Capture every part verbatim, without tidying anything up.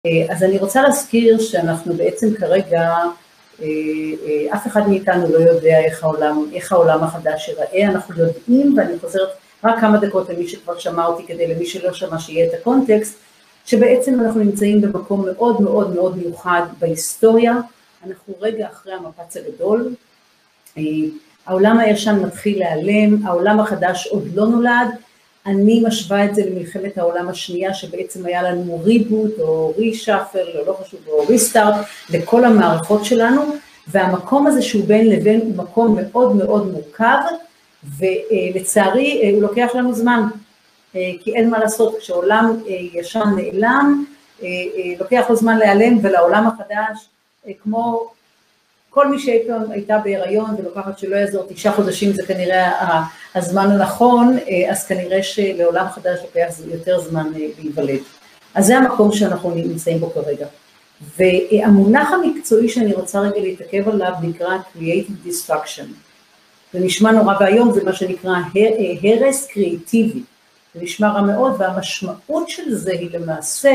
אז אני רוצה להזכיר שאנחנו בעצם כרגע, אף אחד מאיתנו לא יודע איך העולם, איך העולם החדש ייראה, אנחנו יודעים, ואני חוזרת רק כמה דקות למי שכבר שמע אותי, כדי למי שלא שמע שיהיה את הקונטקסט, שבעצם אנחנו נמצאים במקום מאוד מאוד מאוד מיוחד בהיסטוריה, אנחנו רגע אחרי המפץ הגדול, העולם הישן מתחיל להיעלם, העולם החדש עוד לא נולד, אני משווה את זה למלחמת העולם השנייה, שבעצם היה לנו ריבוט או רישאפל, או לא חשוב, או ריסטארט, לכל המערכות שלנו, והמקום הזה שהוא בין לבין הוא מקום מאוד מאוד מורכב, ולצערי הוא לוקח לנו זמן, כי אין מה לעשות, כשעולם ישן נעלם, לוקח לו זמן להיעלם, ולעולם החדש, כמו כל מי שהייתה בהיריון ולוקחת שלא יעזור תשעה חודשים, זה כנראה הזמן הנכון, אז כנראה שלעולם חדש לוקח יותר זמן להיוולד. אז זה המקום שאנחנו נמצאים בו כרגע. והמונח המקצועי שאני רוצה רגע להתעכב עליו נקרא Creative Destruction. זה נשמע נורא, והיום זה מה שנקרא הרס קריאטיבי. זה נשמע רע מאוד, והמשמעות של זה היא למעשה,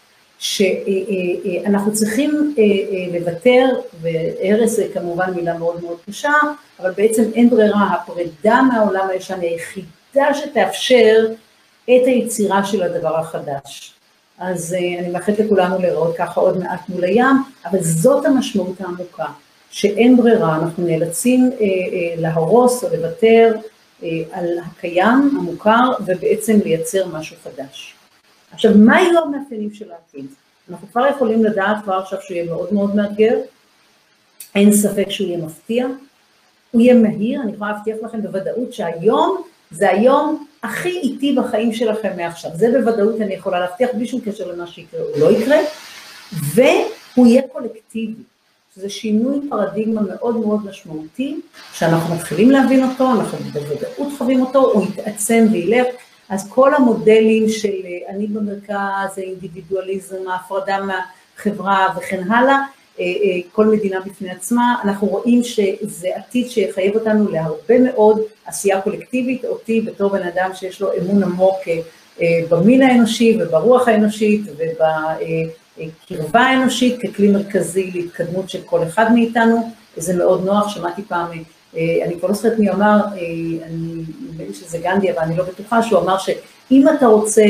שאנחנו צריכים לוותר, והרס זה כמובן מילה מאוד מאוד קשה, אבל בעצם אין ברירה, הפרידה מהעולם הישן היא היחידה שתאפשר את היצירה של הדבר החדש. אז אני מאחלת לכולנו לראות ככה עוד מעט מול הים, אבל זאת המשמעות העמוקה, שאין ברירה, אנחנו נאלצים להרוס או לוותר על הקיים, המוכר, ובעצם לייצר משהו חדש. עכשיו, מה יהיו המאפיינים של העתיד? אנחנו כבר יכולים לדעת כבר עכשיו שהוא יהיה מאוד מאוד מאתגר, אין ספק שהוא יהיה מפתיע, הוא יהיה מהיר, אני יכולה להבטיח לכם בוודאות שהיום זה היום הכי איטי בחיים שלכם מעכשיו, זה בוודאות אני יכולה להבטיח בלי שום קשר למה שיקרה או לא יקרה, והוא יהיה קולקטיבי, שזה שינוי פרדיגמה מאוד מאוד משמעותי, שאנחנו מתחילים להבין אותו, אנחנו בוודאות חווים אותו, הוא יתעצם וילך, אז כל המודלים של אני במרכז, האינדיבידואליזם, ההפרדה מהחברה וכן הלאה, כל מדינה בפני עצמה, אנחנו רואים שזה עתיד שיחייב אותנו להרבה מאוד עשייה קולקטיבית, אותי בתור בן אדם שיש לו אמון עמוק במין האנושי וברוח האנושית ובקרבה האנושית ככלי מרכזי להתקדמות של כל אחד מאיתנו, וזה מאוד נוח, שמעתי פעם, אני כבר לא זוכרת מי אמר, אני מבין שזה גנדי, אבל אני לא בטוחה, שהוא אמר שאם אתה רוצה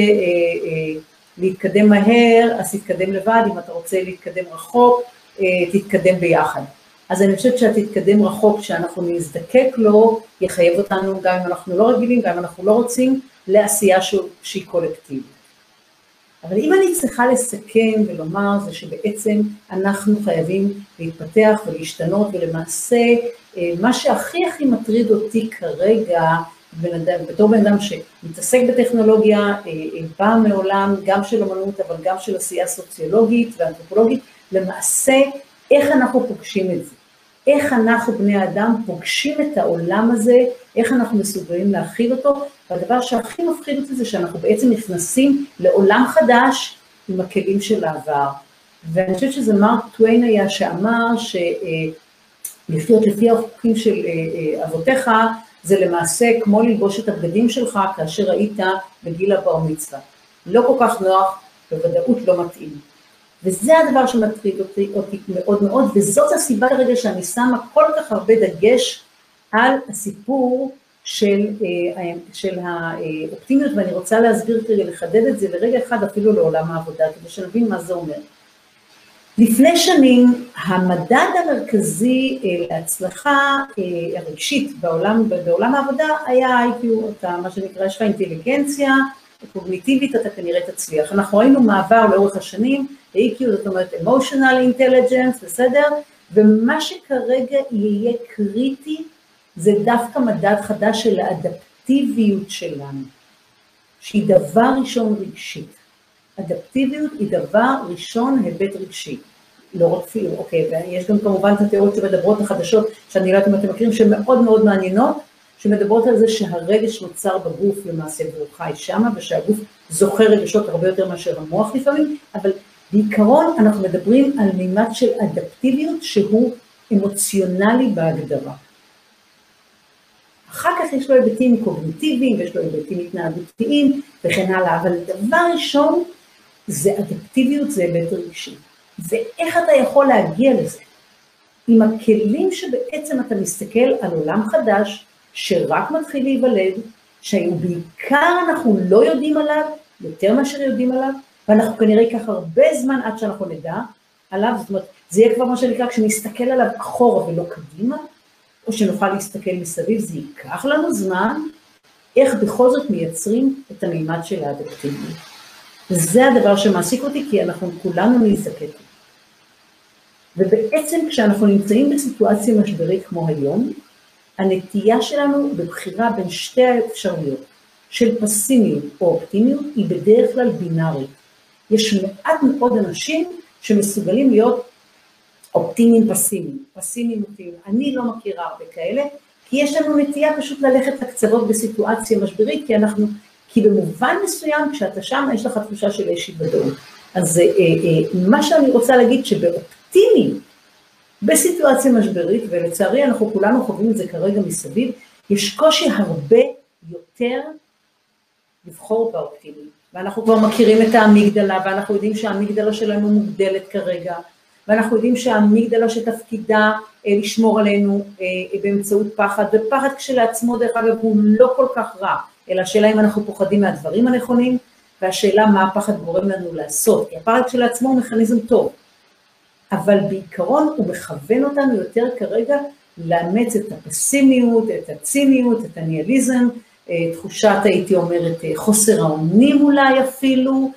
להתקדם מהר, אז תתקדם לבד, אם אתה רוצה להתקדם רחוק, תתקדם ביחד. אז אני חושבת שתתקדם רחוק, שאנחנו נזדקק לו, יחייב אותנו, גם אם אנחנו לא רגילים, גם אם אנחנו לא רוצים, לעשייה שהיא קולקטיבית. אבל אם אני צריכה לסכם ולומר, זה שבעצם אנחנו חייבים להתפתח ולהשתנות, ולמעשה, מה שהכי הכי מטריד אותי כרגע, בתור בן אדם שמתעסק בטכנולוגיה, בא מעולם גם של אמנות, אבל גם של עשייה סוציולוגית ואנתרופולוגית, למעשה, איך אנחנו פוגשים את זה? איך אנחנו בני האדם פוגשים את העולם הזה, איך אנחנו מסוגלים להכיל אותו, והדבר שהכי מפחיד אותי זה שאנחנו בעצם נכנסים לעולם חדש עם הכלים של העבר. ואני חושבת שזה מרק טוויין היה שאמר שלחיות לפי החוקים של אבותיך, זה למעשה כמו ללבוש את הבגדים שלך כאשר היית בגיל הבר מצווה. לא כל כך נוח, בוודאות לא מתאים. וזה הדבר שמטריד אותי, אותי מאוד מאוד, וזאת הסיבה כרגע שאני שמה כל כך הרבה דגש על הסיפור של, של האופטימיות, ואני רוצה להסביר כרגע, לחדד את זה לרגע אחד אפילו לעולם העבודה, כדי שנבין מה זה אומר. לפני שנים, המדד המרכזי להצלחה הרגשית בעולם, בעולם העבודה היה איי קיו, מה שנקרא, יש לך אינטליגנציה, קוגניטיבית, אתה כנראה תצליח. אנחנו ראינו מעבר לאורך השנים, איי קיו, זאת אומרת, emotional intelligence, בסדר? ומה שכרגע יהיה קריטי, זה דווקא מדד חדש של האדפטיביות שלנו, שהיא דבר ראשון רגשית. אדפטיביות היא דבר ראשון היבט רגשי. לא רק אפילו, אוקיי, ויש גם כמובן את התיאוריות שמדברות החדשות, שאני לא יודעת אם אתם מכירים, שהן מאוד מאוד מעניינות, שמדברות על זה שהרגש נוצר בגוף למעשה והוא חי שמה, ושהגוף זוכר רגשות הרבה יותר מאשר המוח לפעמים, אבל בעיקרון אנחנו מדברים על מימד של אדפטיביות שהוא אמוציונלי בהגדרה. אחר כך יש לו היבטים קוגניטיביים, ויש לו היבטים התנהגותיים וכן הלאה, אבל דבר ראשון זה אדפטיביות, זה היבט רגשי. ואיך אתה יכול להגיע לזה? עם הכלים שבעצם אתה מסתכל על עולם חדש, שרק מתחיל להיוולד, שבעיקר אנחנו לא יודעים עליו, יותר מאשר יודעים עליו, ואנחנו כנראה ייקח הרבה זמן עד שאנחנו נדע עליו, זאת אומרת, זה יהיה כבר מה שנקרא, כשנסתכל עליו אחורה ולא קדימה, או שנוכל להסתכל מסביב, זה ייקח לנו זמן, איך בכל זאת מייצרים את המימד של האדפטיביות. וזה הדבר שמעסיק אותי, כי אנחנו כולנו נזקק. ובעצם כשאנחנו נמצאים בסיטואציה משברית כמו היום, הנטייה שלנו בבחירה בין שתי האפשרויות, של פסימיות או אופטימיות, היא בדרך כלל בינארית. יש מעט מאוד אנשים שמסוגלים להיות אופטימיים פסימיים, פסימיים אופטימיים. אני לא מכירה הרבה כאלה, כי יש לנו נטייה פשוט ללכת לקצוות בסיטואציה משברית, כי אנחנו, כי במובן מסוים, כשאתה שם, יש לך תחושה של איזושהי ודאות. אז אה, אה, מה שאני רוצה להגיד, שבאופטימיות, בסיטואציה משברית, ולצערי אנחנו כולנו חווים את זה כרגע מסביב, יש קושי הרבה יותר לבחור באופטימיות. ואנחנו כבר מכירים את האמיגדלה, ואנחנו יודעים שהאמיגדלה שלנו מוגדלת כרגע, ואנחנו יודעים שהאמיגדלה שתפקידה לשמור עלינו באמצעות פחד, ופחד כשלעצמו דרך אגב הוא לא כל כך רע, אלא השאלה אם אנחנו פוחדים מהדברים הנכונים, והשאלה מה הפחד גורם לנו לעשות, כי הפחד כשלעצמו הוא מכניזם טוב, אבל בעיקרון הוא מכוון אותנו יותר כרגע לאמץ את הפסימיות, את הציניות, את הניאליזם, תחושת הייתי אומרת חוסר האונים אולי אפילו,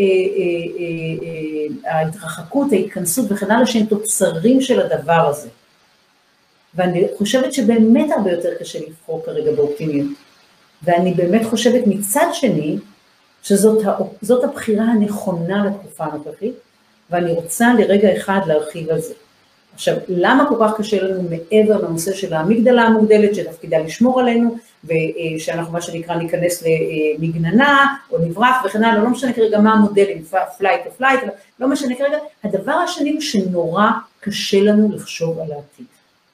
ההתרחקות, ההתכנסות וכן הלאה שהם תוצרים של הדבר הזה. ואני חושבת שבאמת הרבה יותר קשה לבחור כרגע באופטימיות. ואני באמת חושבת מצד שני, שזאת הבחירה הנכונה לתקופה הנוכחית, ואני רוצה לרגע אחד להרחיב על זה. עכשיו, למה כל כך קשה לנו מעבר לנושא של האמיגדלה המוגדלת, שתפקידה לשמור עלינו, ושאנחנו מה שנקרא ניכנס למגננה, או נברח וכן הלאה, לא משנה כרגע מה המודלים, פלייט או פלייט, לא משנה כרגע, הדבר השני הוא שנורא קשה לנו לחשוב על העתיד.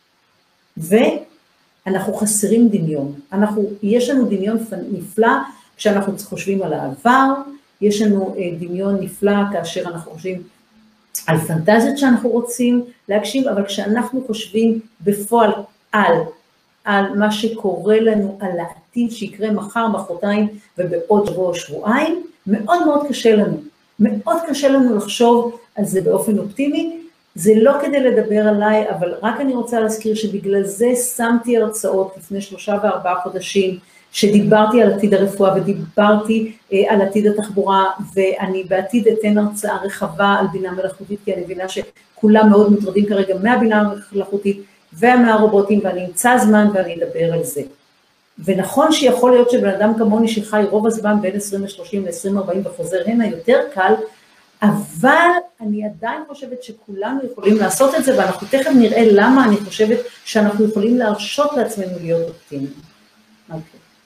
ואנחנו חסרים דמיון, אנחנו, יש לנו דמיון נפלא, כשאנחנו חושבים על העבר, יש לנו דמיון נפלא כאשר אנחנו חושבים על פנטזיות שאנחנו רוצים להגשים, אבל כשאנחנו חושבים בפועל על, על מה שקורה לנו, על העתיד שיקרה מחר, מחרתיים ובעוד שבוע או שבועיים, מאוד מאוד קשה לנו, מאוד קשה לנו לחשוב על זה באופן אופטימי, זה לא כדי לדבר עליי, אבל רק אני רוצה להזכיר שבגלל זה שמתי הרצאות לפני שלושה וארבעה חודשים, שדיברתי על עתיד הרפואה ודיברתי אה, על עתיד התחבורה, ואני בעתיד אתן הרצאה רחבה על בינה מלאכותית, כי אני מבינה שכולם מאוד מוטרדים כרגע מהבינה המלאכותית ומהרובוטים, ואני אמצא זמן ואני אדבר על זה. ונכון שיכול להיות שבן אדם כמוני שחי רוב הזמן בין עשרים ושלושים ל-עשרים ארבעים וחוזר הנה יותר קל, אבל אני עדיין חושבת שכולנו יכולים לעשות את זה, ואנחנו תכף נראה למה אני חושבת שאנחנו יכולים להרשות לעצמנו להיות אופטימיים. אוקיי.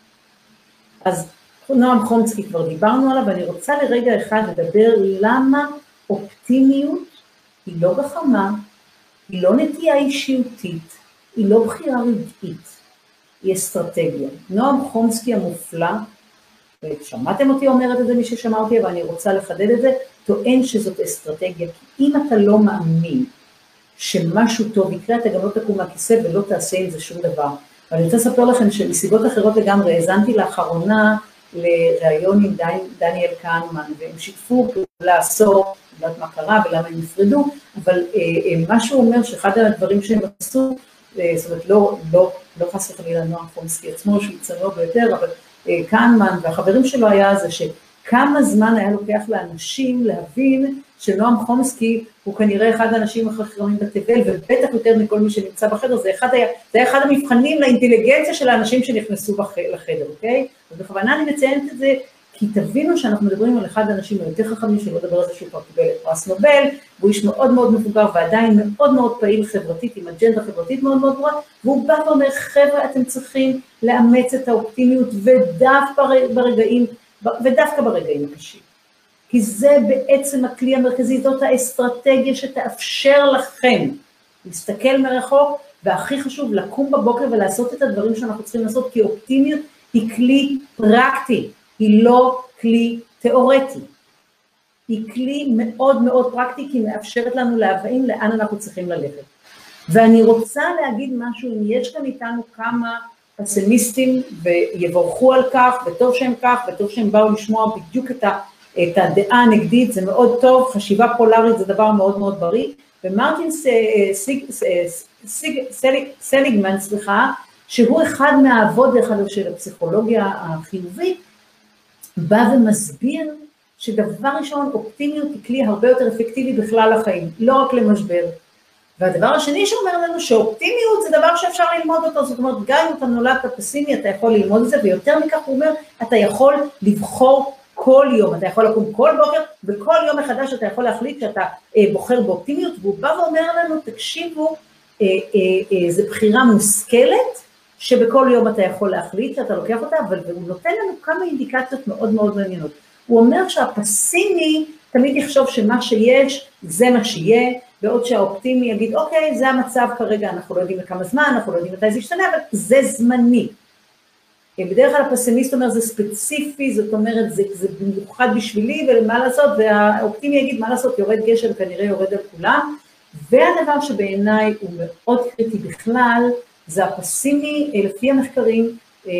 אז נועם חומסקי כבר דיברנו עליו, ואני רוצה לרגע אחד לדבר למה אופטימיות היא לא גחמה, היא לא נטייה אישיותית, היא לא בחירה רגעית, היא אסטרטגיה. נועם חומסקי המופלא, ושמעתם אותי אומרת את זה מי ששמע אותי, אבל אני רוצה לחדד את זה, טוען שזאת אסטרטגיה, כי אם אתה לא מאמין שמשהו טוב יקרה, אתה גם לא תקום מהכיסא ולא תעשה עם זה שום דבר. ואני רוצה לספר לכם שמסיבות אחרות לגמרי, האזנתי לאחרונה לראיון עם דניאל קהנמן, והם שיתפו פעולה עשור, יודעת מה קרה ולמה הם נפרדו, אבל מה שהוא אומר שאחד הדברים שהם עשו, זאת אומרת לא, לא, לא חס וחלילה נועם חומסקי עצמו, שהוא צנוע ביותר, אבל קהנמן והחברים שלו היה זה שכמה זמן היה לוקח לאנשים להבין שנועם חומסקי הוא כנראה אחד האנשים החכמים בתבל, ובטח יותר מכל מי שנמצא בחדר, זה אחד, היה, זה היה אחד המבחנים לאינטליגנציה של האנשים שנכנסו לחדר, אוקיי? ובכוונה אני מציינת את זה, כי תבינו שאנחנו מדברים על אחד האנשים היותר חכמים, שלא לדבר על זה שהוא כבר קיבל את פרס נובל, והוא איש מאוד מאוד מבוגר, ועדיין מאוד מאוד פעיל חברתית, עם אג'נדה חברתית מאוד מאוד ברורה, והוא בא ואומר, חבר'ה, אתם צריכים לאמץ את האופטימיות, ודווקא ברגעים, ודווקא ברגעים הקשים. כי זה בעצם הכלי המרכזי, זאת האסטרטגיה שתאפשר לכם להסתכל מרחוק, והכי חשוב לקום בבוקר ולעשות את הדברים שאנחנו צריכים לעשות, כי אופטימיות היא כלי פרקטי, היא לא כלי תיאורטי. היא כלי מאוד מאוד פרקטי, כי היא מאפשרת לנו להבין לאן אנחנו צריכים ללכת. ואני רוצה להגיד משהו, אם יש כאן איתנו כמה פסימיסטים ויבורכו על כך, וטוב שהם כך, וטוב שהם באו לשמוע בדיוק את, ה, את הדעה הנגדית, זה מאוד טוב, חשיבה פולרית זה דבר מאוד מאוד בריא, ומרטין סיג, סיג, סליג, סליגמן, סליחה, שהוא אחד מהאבות דרך אגב של הפסיכולוגיה החיובית, בא ומסביר שדבר ראשון, אופטימיות היא כלי הרבה יותר אפקטיבי בכלל החיים, לא רק למשבר. והדבר השני שאומר לנו שאופטימיות זה דבר שאפשר ללמוד אותו, זאת אומרת, גם אם אתה נולדת פסימי, אתה יכול ללמוד את זה, ויותר מכך הוא אומר, אתה יכול לבחור כל יום, אתה יכול לקום כל בוקר, וכל יום מחדש אתה יכול להחליט שאתה אה, בוחר באופטימיות, והוא בא ואומר לנו, תקשיבו, אה, אה, אה, זו בחירה מושכלת, שבכל יום אתה יכול להחליט שאתה לוקח אותה, אבל הוא נותן לנו כמה אינדיקציות מאוד מאוד מעניינות. הוא אומר שהפסימי תמיד יחשוב שמה שיש, זה מה שיהיה, בעוד שהאופטימי יגיד, אוקיי, זה המצב כרגע, אנחנו לא יודעים לכמה זמן, אנחנו לא יודעים מתי זה ישתנה, אבל זה זמני. בדרך כלל הפסימיסט אומר, זה ספציפי, זאת אומרת, זה, זה במיוחד בשבילי, ולמה לעשות, והאופטימי יגיד, מה לעשות, יורד גשם, כנראה יורד על כולם, והדבר שבעיניי הוא מאוד קריטי בכלל, זה הפסימי, לפי המחקרים,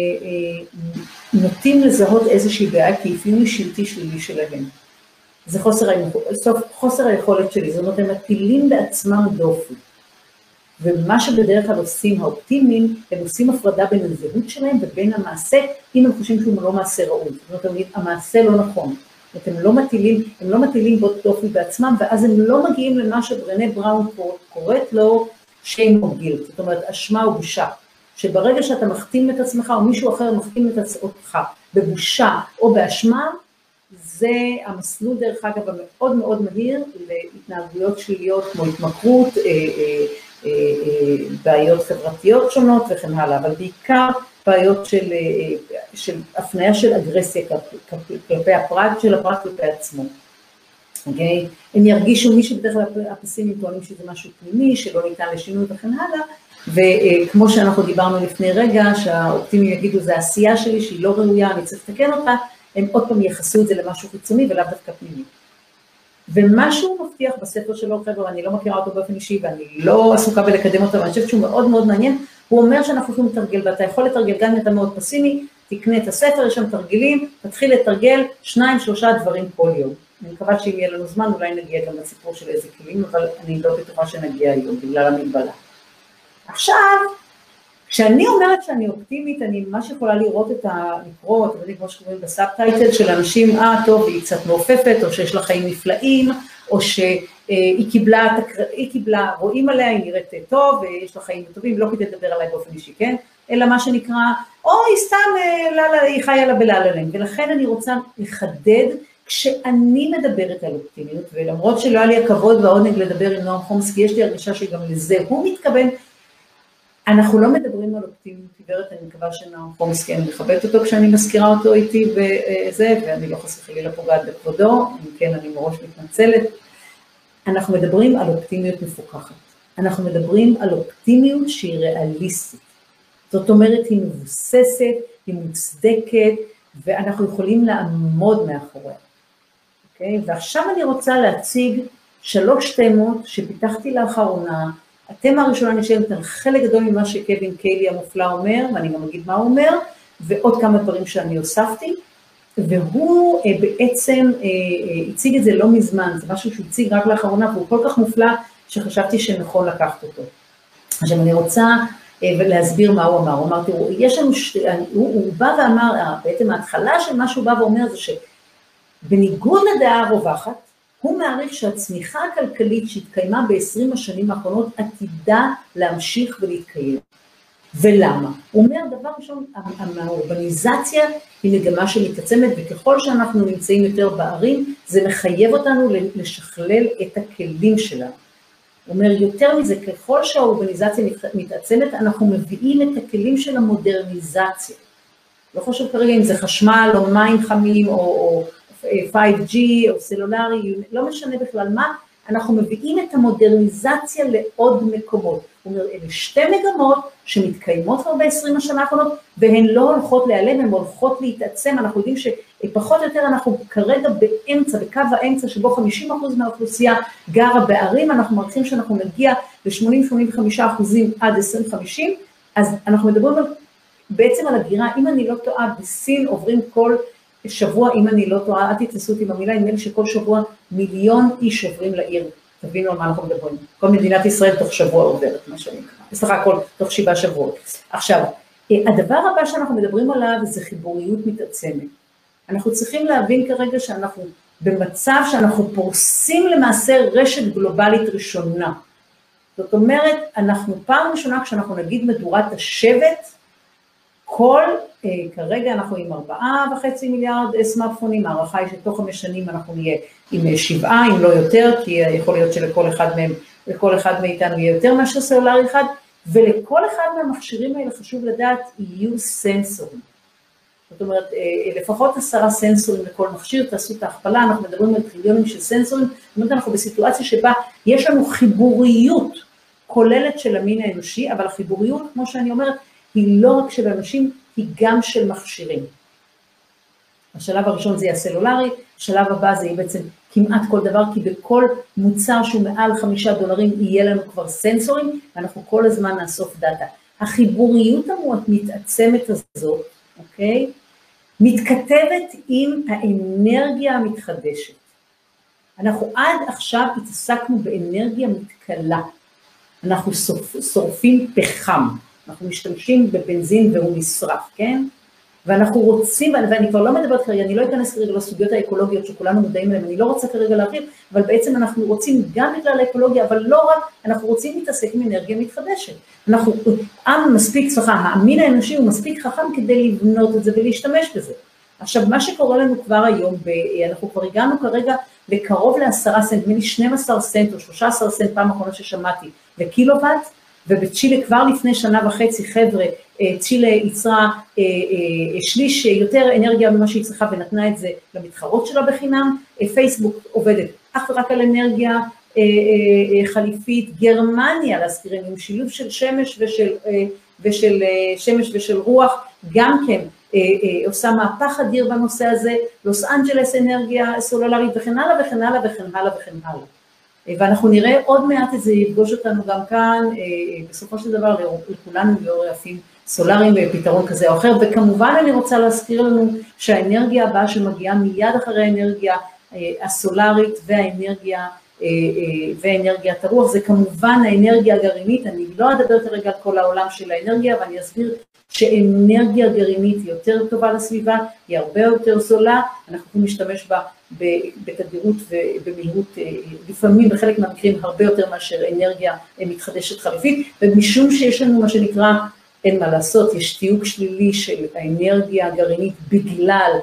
נוטים לזהות איזושהי בעיה, כי אפיון אישיותי שלילי שלהם. זה חוסר, חוסר היכולת שלי, זאת אומרת, הם מטילים בעצמם דופי. ומה שבדרך כלל עושים האופטימיים, הם עושים הפרדה בין הזהות שלהם ובין המעשה, אם הם חושבים שהוא לא מעשה ראוי. זאת אומרת, המעשה לא נכון. זאת אומרת, הם לא מטילים, הם לא מטילים בו דופי בעצמם, ואז הם לא מגיעים למה שברנה בראון קוראת לו, shame or guilt. זאת אומרת, אשמה או בושה. שברגע שאתה מחתים את עצמך, או מישהו אחר מחתים את עצמך, בבושה או באשמה, זה המסלול דרך אגב המאוד מאוד מהיר להתנהגויות שליליות כמו התמכרות, בעיות חברתיות שונות וכן הלאה, אבל בעיקר בעיות של, של הפניה של אגרסיה כלפי הפרט, של הפרט כלפי עצמו. אוקיי? הם ירגישו מי שבדרך כלל הפסימים טוענים שזה משהו פנימי, שלא ניתן לשינוי וכן הלאה, וכמו שאנחנו דיברנו לפני רגע, שהאופטימים יגידו זה העשייה שלי שהיא לא ראויה, אני צריך לתקן אותה, הם עוד פעם יחסו את זה למשהו חיצוני ולאו דווקא פנימי. ומשהו מבטיח בספר שלו, חבר'ה, אני לא מכירה אותו באופן אישי, ואני לא עסוקה בלקדם אותו, ואני חושבת שהוא מאוד מאוד מעניין, הוא אומר שאנחנו יכולים לתרגל, ואתה יכול לתרגל, גם אם אתה מאוד פסימי, תקנה את הספר, יש שם תרגילים, תתחיל לתרגל שניים, שלושה דברים כל יום. אני מקווה שאם יהיה לנו זמן, אולי נגיע גם לסיפור של איזה כלים, אבל אני לא בטוחה שנגיע היום, בגלל המגבלה. עכשיו, כשאני אומרת שאני אופטימית, אני ממש יכולה לראות את לקרוא, אתם יודעים, כמו שקוראים בסאבטייטל של אנשים, אה, טוב, היא קצת מעופפת, או שיש לה חיים נפלאים, או שהיא קיבלה, היא קיבלה, רואים עליה, היא נראית טוב, ויש לה חיים טובים, לא כדי לדבר עליי באופן אישי, כן? אלא מה שנקרא, או היא סתם, היא חיה לה בלעלם, ולכן אני רוצה לחדד, כשאני מדברת על אופטימיות, ולמרות שלא היה לי הכבוד והעונג לדבר עם נועם חומסקי, יש לי הרגשה שגם לזה הוא מתכוון, אנחנו לא מדברים על אופטימיות עיוורת, אני מקווה שנועם חומסקי, אני מכבדת אותו כשאני מזכירה אותו איתי בזה, ואני לא חס וחלילה פוגעת בכבודו, אם כן אני מראש מתנצלת. אנחנו מדברים על אופטימיות מפוקחת, אנחנו מדברים על אופטימיות שהיא ריאליסטית, זאת אומרת היא מבוססת, היא מוצדקת, ואנחנו יכולים לעמוד מאחוריה. אוקיי? ועכשיו אני רוצה להציג שלוש תמות שפיתחתי לאחרונה, התמה הראשונה נשאלת על חלק גדול ממה שקווין קיילי המופלא אומר, ואני גם אגיד מה הוא אומר, ועוד כמה דברים שאני הוספתי, והוא אה, בעצם אה, אה, הציג את זה לא מזמן, זה משהו שהוא הציג רק לאחרונה, והוא כל כך מופלא שחשבתי שנכון לקחת אותו. עכשיו אני רוצה אה, להסביר מה הוא אמר, הוא אמר, תראו, יש לנו, ש... הוא, הוא בא ואמר, בעצם ההתחלה של מה שהוא בא ואומר זה שבניגוד לדעה הרווחת, הוא מעריך שהצמיחה הכלכלית שהתקיימה ב-עשרים השנים האחרונות עתידה להמשיך ולהתקיים. ולמה? הוא אומר, דבר ראשון, האורבניזציה היא מגמה שמתעצמת, וככל שאנחנו נמצאים יותר בערים, זה מחייב אותנו לשכלל את הכלים שלנו. הוא אומר, יותר מזה, ככל שהאורבניזציה מתעצמת, אנחנו מביאים את הכלים של המודרניזציה. לא חושב כרגע אם זה חשמל או מים חמים או... או פייב ג'י או סלולרי, לא משנה בכלל מה, אנחנו מביאים את המודרניזציה לעוד מקומות. הוא אומר, אלה שתי מגמות שמתקיימות כבר ב-עשרים השנה האחרונות, והן לא הולכות להיעלם, הן הולכות להתעצם. אנחנו יודעים שפחות או יותר אנחנו כרגע באמצע, בקו האמצע, שבו חמישים אחוז מהאוכלוסייה גרה בערים, אנחנו מעריכים שאנחנו נגיע ל-שמונים עד שמונים וחמישה אחוזים עד עשרים חמישים, אז אנחנו מדברים על, בעצם על הגירה. אם אני לא טועה, בסין עוברים כל שבוע, אם אני לא טועה, אל תתפסו אותי במילה, נדמה לי שכל שבוע מיליון איש עוברים לעיר. תבינו על מה אנחנו מדברים. כל מדינת ישראל תוך שבוע עוברת, מה שאני קרא. סליחה, כל תוך שבעה שבועות. עכשיו, הדבר הבא שאנחנו מדברים עליו זה חיבוריות מתעצמת. אנחנו צריכים להבין כרגע שאנחנו במצב שאנחנו פורסים למעשה רשת גלובלית ראשונה. זאת אומרת, אנחנו פעם ראשונה כשאנחנו נגיד מדורת השבט, כל, אה, כרגע אנחנו עם ארבעה וחצי מיליארד סמארטפונים, הערכה היא שתוך חמש שנים אנחנו נהיה עם שבעה, אם לא יותר, כי יכול להיות שלכל אחד מהם, לכל אחד מאיתנו יהיה יותר מאשר סלולרי אחד, ולכל אחד מהמכשירים האלה חשוב לדעת, יהיו סנסורים. זאת אומרת, אה, לפחות עשרה סנסורים לכל מכשיר, תעשו את ההכפלה, אנחנו מדברים על טריליונים של סנסורים, זאת אומרת, אנחנו בסיטואציה שבה יש לנו חיבוריות כוללת של המין האנושי, אבל החיבוריות, כמו שאני אומרת, היא לא רק של אנשים, היא גם של מכשירים. השלב הראשון זה יהיה הסלולרי, השלב הבא זה יהיה בעצם כמעט כל דבר, כי בכל מוצר שהוא מעל חמישה דולרים יהיה לנו כבר סנסורים, ואנחנו כל הזמן נאסוף דאטה. החיבוריות המתעצמת הזאת, אוקיי, מתכתבת עם האנרגיה המתחדשת. אנחנו עד עכשיו התעסקנו באנרגיה מתכלה, אנחנו שורפים פחם, אנחנו משתמשים בבנזין והוא נשרף, כן? ואנחנו רוצים, ואני כבר לא מדברת כרגע, אני לא אכנס כרגע לסוגיות האקולוגיות שכולנו מודעים אליהם, אני לא רוצה כרגע להרחיב, אבל בעצם אנחנו רוצים גם בגלל האקולוגיה, אבל לא רק, אנחנו רוצים להתעסק עם אנרגיה מתחדשת. אנחנו, עם מספיק, סליחה, המין האנושי הוא מספיק חכם כדי לבנות את זה ולהשתמש בזה. עכשיו, מה שקורה לנו כבר היום, אנחנו כבר הגענו כרגע לקרוב לעשרה סנט, מיני שנים עשר סנט או שלושה עשר סנט פעם האחרונה ששמעתי, לקילוואט, ובצ'ילה כבר לפני שנה וחצי, חבר'ה, צ'ילה יצרה שליש יותר אנרגיה ממה שהיא צריכה ונתנה את זה למתחרות שלה בחינם, פייסבוק עובדת אך ורק על אנרגיה חליפית, גרמניה להזכירנו, עם שילוב של שמש ושל, ושל שמש ושל רוח, גם כן עושה מהפך אדיר בנושא הזה, לוס אנג'לס אנרגיה סולולרית וכן הלאה וכן הלאה וכן הלאה וכן הלאה. ואנחנו נראה עוד מעט את זה יפגוש אותנו גם כאן, בסופו של דבר לכולנו יהיו רעפים סולריים בפתרון כזה או אחר, וכמובן אני רוצה להזכיר לנו שהאנרגיה הבאה שמגיעה מיד אחרי האנרגיה הסולרית והאנרגיה, ואנרגיית הרוח, זה כמובן האנרגיה הגרעינית, אני לא אדבר כרגע על כל העולם של האנרגיה, ואני אסביר שאנרגיה גרעינית היא יותר טובה לסביבה, היא הרבה יותר זולה, אנחנו יכולים להשתמש בה בתדירות ובמהירות, לפעמים בחלק מהמקרים הרבה יותר מאשר אנרגיה מתחדשת חליפית, ומשום שיש לנו מה שנקרא, אין מה לעשות, יש תיוג שלילי של האנרגיה הגרעינית בגלל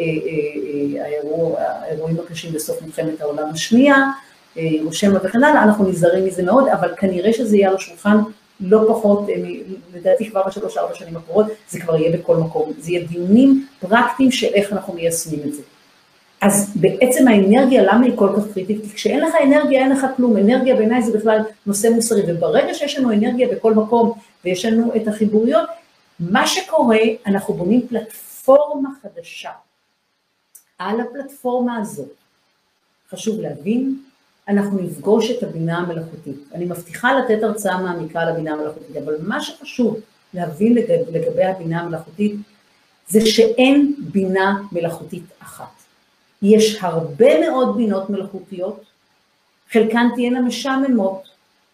האירועים הקשים בסוף מלחמת העולם השנייה, רושמה וכן הלאה, אנחנו נזהרים מזה מאוד, אבל כנראה שזה יהיה על השולחן לא פחות, לדעתי כבר בשלוש ארבע שנים הקרובות, זה כבר יהיה בכל מקום, זה יהיה דיונים פרקטיים של איך אנחנו מיישמים את זה. אז בעצם האנרגיה, למה היא כל כך קריטית? כי כשאין לך אנרגיה, אין לך כלום, אנרגיה בעיניי זה בכלל נושא מוסרי, וברגע שיש לנו אנרגיה בכל מקום, ויש לנו את החיבוריות, מה שקורה, אנחנו בונים פלטפורמה חדשה. על הפלטפורמה הזאת, חשוב להבין, אנחנו נפגוש את הבינה המלאכותית. אני מבטיחה לתת הרצאה מעמיקה על הבינה המלאכותית, אבל מה שחשוב להבין לגב, לגבי הבינה המלאכותית, זה שאין בינה מלאכותית אחת. יש הרבה מאוד בינות מלאכותיות, חלקן תהיינה משעממות,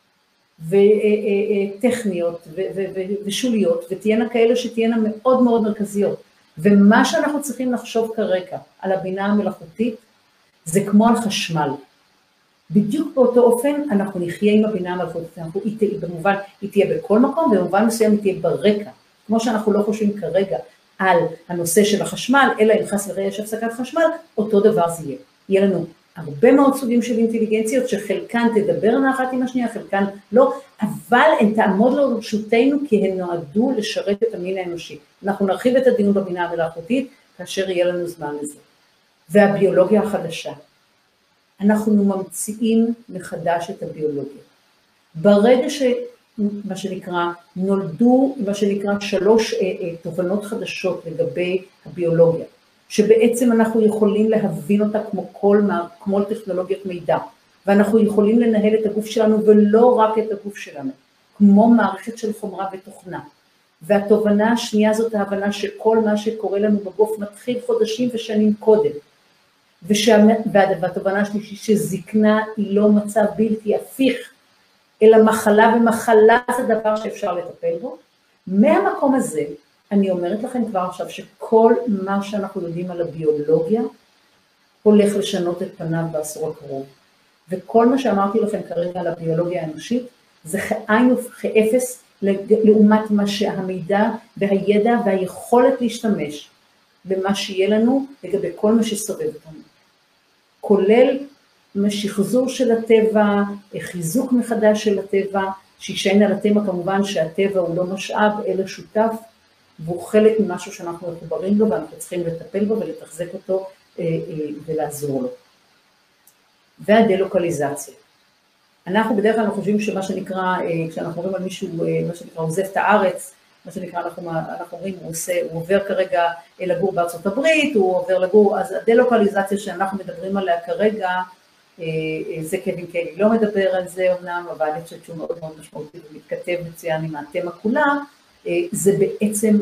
וטכניות ושוליות, ותהיינה כאלה שתהיינה מאוד מאוד מרכזיות. ומה שאנחנו צריכים לחשוב כרגע על הבינה המלאכותית, זה כמו על חשמל. בדיוק באותו אופן אנחנו נחיה עם הבינה המלאכותית, אנחנו, היא, במובן, היא תהיה בכל מקום, ובמובן מסוים היא תהיה ברקע, כמו שאנחנו לא חושבים כרגע על הנושא של החשמל, אלא אם חס וחלילה יש הפסקת חשמל, אותו דבר זה יהיה. יהיה לנו הרבה מאוד סוגים של אינטליגנציות, שחלקן תדברנה אחת עם השנייה, חלקן לא, אבל הן תעמוד לרשותנו, כי הן נועדו לשרת את המין האנושי. אנחנו נרחיב את הדיון בבינה המלאכותית, כאשר יהיה לנו זמן לזה. והביולוגיה החדשה. אנחנו ממציאים מחדש את הביולוגיה. ברגע שמה שנקרא, נולדו מה שנקרא שלוש אה, אה, תובנות חדשות לגבי הביולוגיה, שבעצם אנחנו יכולים להבין אותה כמו כל, כמו טכנולוגיית מידע, ואנחנו יכולים לנהל את הגוף שלנו ולא רק את הגוף שלנו, כמו מערכת של חומרה ותוכנה. והתובנה השנייה זאת ההבנה שכל מה שקורה לנו בגוף מתחיל חודשים ושנים קודם. והתובנה השלישית שזקנה היא לא מצב בלתי הפיך, אלא מחלה, ומחלה זה דבר שאפשר לטפל בו. מהמקום הזה, אני אומרת לכם כבר עכשיו שכל מה שאנחנו יודעים על הביולוגיה, הולך לשנות את פניו בעשור הקרוב. וכל מה שאמרתי לכם כרגע על הביולוגיה האנושית, זה כאין וכאפס לעומת מה שהמידע והידע והיכולת להשתמש במה שיהיה לנו לגבי כל מה שסובב אותנו. כולל שחזור של הטבע, חיזוק מחדש של הטבע, שישען על הטבע כמובן שהטבע הוא לא משאב אלא שותף, והוא חלק ממשהו שאנחנו מחוברים לו ואנחנו צריכים לטפל בו ולתחזק אותו ולעזור לו. והדלוקליזציה. אנחנו בדרך כלל חושבים שמה שנקרא, כשאנחנו אומרים על מישהו, מה שנקרא, עוזב את הארץ, מה שנקרא, אנחנו, אנחנו אומרים, הוא, עושה, הוא עובר כרגע לגור בארצות הברית, הוא עובר לגור, אז הדלוקליזציה שאנחנו מדברים עליה כרגע, זה קווין קיילי לא מדבר על זה אומנם, אבל אני חושבת שהוא מאוד מאוד משמעותי ומתכתב מצוין עם התמה כולה, זה בעצם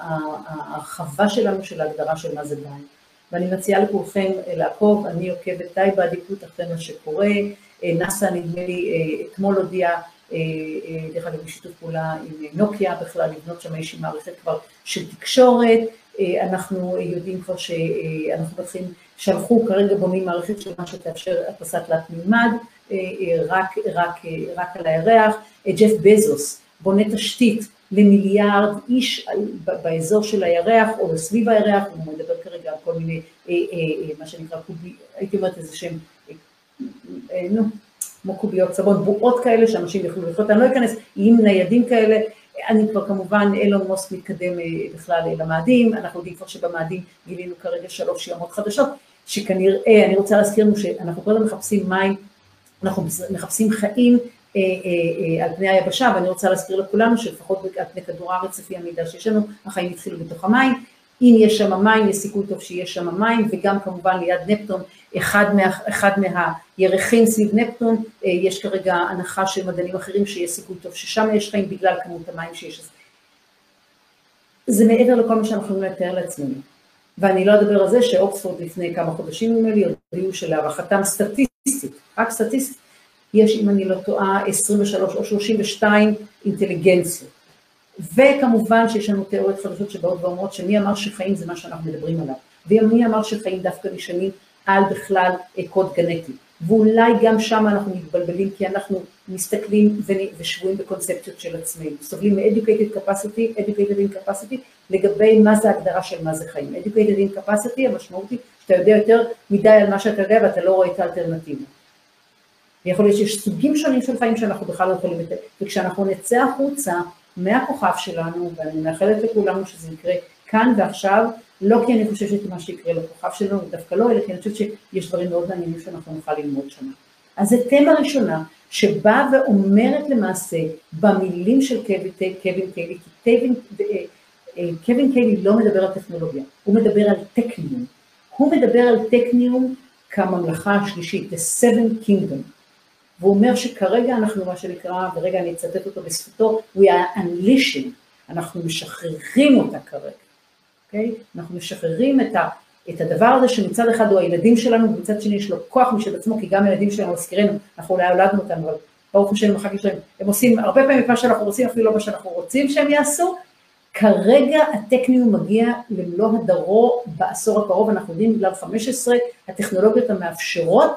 ההרחבה שלנו של ההגדרה של מה זה בית. ואני מציעה לכולכם לעקוב, אני עוקבת די בעדיפות אחרי מה שקורה, נאסא נדמה לי אתמול הודיע, דרך אגב בשיתוף פעולה עם נוקיה בכלל, לבנות שם איזושהי מערכת כבר של תקשורת, אנחנו יודעים כבר שאנחנו מתחילים, שלחו כרגע בונים מערכת של מה שתאפשר הדפסת תלת מימד, רק, רק, רק על הירח, ג'ף בזוס בונה תשתית למיליארד איש באזור של הירח או סביב הירח, הוא מדבר כרגע על כל מיני, מה שנקרא קובי, הייתי אומרת איזה שם, נו, כמו קוביות סבון, בועות כאלה שאנשים יוכלו לחיות, אני לא אכנס עם ניידים כאלה, אני כבר כמובן אילון מוסק מתקדם בכלל למאדים, אנחנו יודעים כבר שבמאדים גילינו כרגע שלוש יומות חדשות, שכנראה, אני רוצה להזכיר לנו שאנחנו קודם מחפשים מים, אנחנו מחפשים חיים על פני היבשה, ואני רוצה להזכיר לכולנו שלפחות על פני כדור הארץ לפי המידע שיש לנו, החיים התחילו בתוך המים, אם יש שם מים, יש סיכוי טוב שיש שם מים, וגם כמובן ליד נפטון, אחד, מה, אחד מהירחים סביב נפטון, יש כרגע הנחה של מדענים אחרים שיש סיכוי טוב ששם יש חיים בגלל כמות המים שיש. זה מעבר לכל מה שאנחנו יכולים לתאר לעצמנו. ואני לא אדבר על זה שאוקספורד לפני כמה חודשים ממני, הודיעו שלהערכתם סטטיסטית, רק סטטיסטית, יש אם אני לא טועה עשרים ושלוש או שלושים ושתיים אינטליגנציות. וכמובן שיש לנו תיאוריות חדשות שבאות ואומרות שמי אמר שחיים זה מה שאנחנו מדברים עליו, ומי אמר שחיים דווקא נשענים על בכלל קוד גנטי, ואולי גם שם אנחנו מתבלבלים כי אנחנו מסתכלים ושבועים בקונספציות של עצמנו, סובלים מ-educated capacity, educated incapacity, לגבי מה זה ההגדרה של מה זה חיים. educated incapacity המשמעות היא שאתה יודע יותר מדי על מה שאתה יודע ואתה לא רואה את האלטרנטיבה. ויכול להיות שיש סוגים שונים של חיים שאנחנו בכלל לא יכולים לתת, וכשאנחנו נצא החוצה מהכוכב שלנו, ואני מאחלת לכולנו שזה יקרה כאן ועכשיו, לא כי אני חושבת שמה שיקרה לכוכב שלנו, דווקא לא, אלא כי אני חושבת שיש דברים מאוד מעניינים שאנחנו נוכל ללמוד שם. אז זו תמה ראשונה, שבאה ואומרת למעשה, במילים של קווין קיילי, כי קווין קיילי לא מדבר על טכנולוגיה, הוא מדבר על טכניום. הוא מדבר על טכניום כממלכה השלישית, the seven kingdom. והוא אומר שכרגע אנחנו מה שנקרא, ורגע אני אצטט אותו בשפתו, we are unleashing, אנחנו משחררים אותה כרגע. Okay? אנחנו משחררים את, ה, את הדבר הזה שמצד אחד הוא הילדים שלנו, ומצד שני יש לו כוח משל עצמו, כי גם הילדים שלנו מזכירנו, אנחנו אולי הולדנו אותנו, אבל ברוך השם אחר כך הם עושים הרבה פעמים מה שאנחנו רוצים, אפילו לא מה שאנחנו רוצים שהם יעשו, כרגע הטכניום מגיע למלוא הדרו בעשור הקרוב, אנחנו יודעים בגלל חמש עשרה, הטכנולוגיות המאפשרות,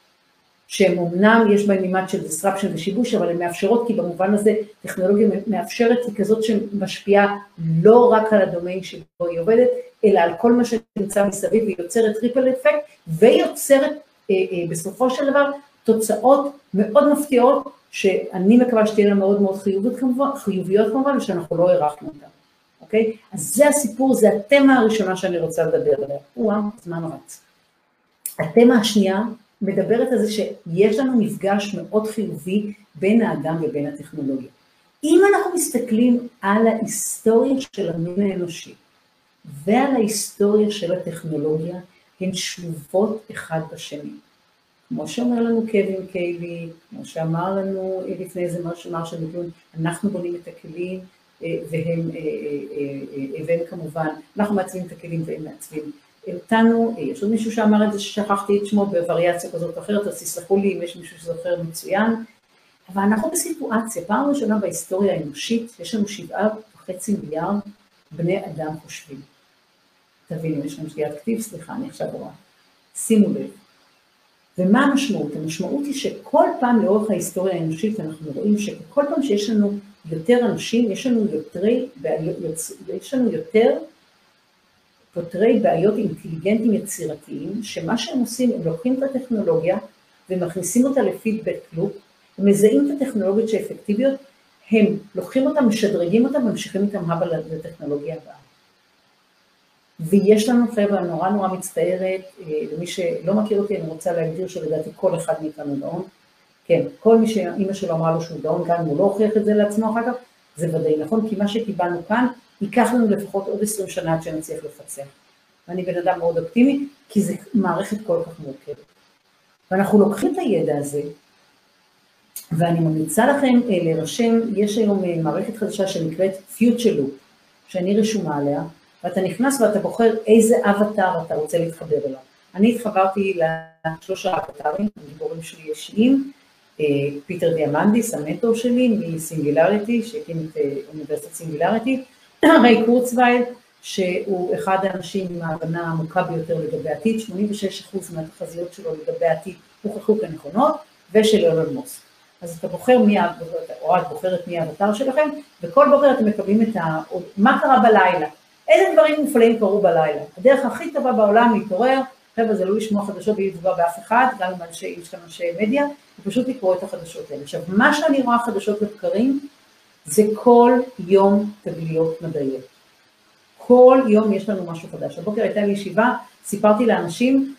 שהן אמנם יש בהן מימד של disruption ושיבוש, אבל הן מאפשרות, כי במובן הזה טכנולוגיה מאפשרת היא כזאת שמשפיעה לא רק על הדומיין שבו היא עובדת, אלא על כל מה שנמצא מסביב, והיא יוצרת טריפל אפקט, ויוצרת אה, אה, בסופו של דבר תוצאות מאוד מפתיעות, שאני מקווה שתהיה לה מאוד מאוד חיוביות כמובן, חיוביות כמובן, ושאנחנו לא ערכנו אותה. אוקיי? אז זה הסיפור, זה התמה הראשונה שאני רוצה לדבר עליה. וואה, זמן רץ. התמה השנייה, מדברת על זה שיש לנו מפגש מאוד חיובי בין האדם ובין הטכנולוגיה. אם אנחנו מסתכלים על ההיסטוריה של המין האנושי ועל ההיסטוריה של הטכנולוגיה, הן שלובות אחד בשני. כמו שאומר לנו קווין קיילי, כמו שאמר לנו לפני איזה מרשל מקלוהן, אנחנו בונים את הכלים, והם, והם כמובן, אנחנו מעצבים את הכלים והם מעצבים אותנו. יש עוד מישהו שאמר את זה ששכחתי את שמו בווריאציה כזאת או אחרת, אז תסלחו לי אם יש מישהו שזוכר מצוין, אבל אנחנו בסיטואציה, פעם ראשונה בהיסטוריה האנושית, יש לנו שבעה וחצי מיליארד בני אדם חושבים. תבינו, יש לנו שגיאת כתיב, סליחה, אני עכשיו רואה. שימו לב. ומה המשמעות? המשמעות היא שכל פעם לאורך ההיסטוריה האנושית אנחנו רואים שכל פעם שיש לנו יותר אנשים, יש לנו יותר, יש לנו יותר פותרי בעיות אינטליגנטיים יצירתיים, שמה שהם עושים, הם לוקחים את הטכנולוגיה ומכניסים אותה לפידבק לופ, הם מזהים את הטכנולוגיות שאפקטיביות, הם לוקחים אותה, משדרגים אותה וממשיכים איתם הלאה לטכנולוגיה הבאה. ויש לנו חבר'ה נורא נורא מצטערת, למי שלא מכיר אותי, אני רוצה להגדיר שלדעתי כל אחד מאיתנו דאון. כן, כל מי שאמא שלו אמרה לו שהוא דאון, גם אם הוא לא הוכיח את זה לעצמו אחר כך, זה ודאי נכון, כי מה שקיבלנו כאן, ייקח לנו לפחות עוד עשרים שנה עד שנצליח לפצח. ואני בן אדם מאוד אופטימי, כי זו מערכת כל כך מורכבת. ואנחנו לוקחים את הידע הזה, ואני ממליצה לכם לרשם, יש היום מערכת חדשה שנקראת Future Loop, שאני רשומה עליה, ואתה נכנס ואתה בוחר איזה אבטר אתה רוצה להתחבר אליו. אני התחברתי לשלושה אבטרים, הגיבורים שלי אישיים, פיטר דיאמנדיס, המנטור שלי, מסינגולריטי, שהקים את אוניברסיטת סינגולריטי, ריי קורצווייל, שהוא אחד האנשים עם ההבנה העמוקה ביותר לגבי העתיד, שמונים ושש אחוז מהתחזיות שלו לגבי העתיד הוכחו כנכונות, ושל אילון מאסק. אז אתה בוחר מי, או את בוחרת מי האבטר שלכם, וכל בוקר אתם מקבלים את ה... מה קרה בלילה? איזה דברים מופלאים קרו בלילה? הדרך הכי טובה בעולם להתעורר, חבר'ה, זה לא לשמוע חדשות בלי לפגוע באף אחד, גם עם אנשי, יש כאן אנשי מדיה, ופשוט לקרוא את החדשות האלה. עכשיו, מה שאני רואה חדשות לבקרים, זה כל יום תגליות מדעיות. כל יום יש לנו משהו חדש. הבוקר הייתה לי ישיבה, סיפרתי לאנשים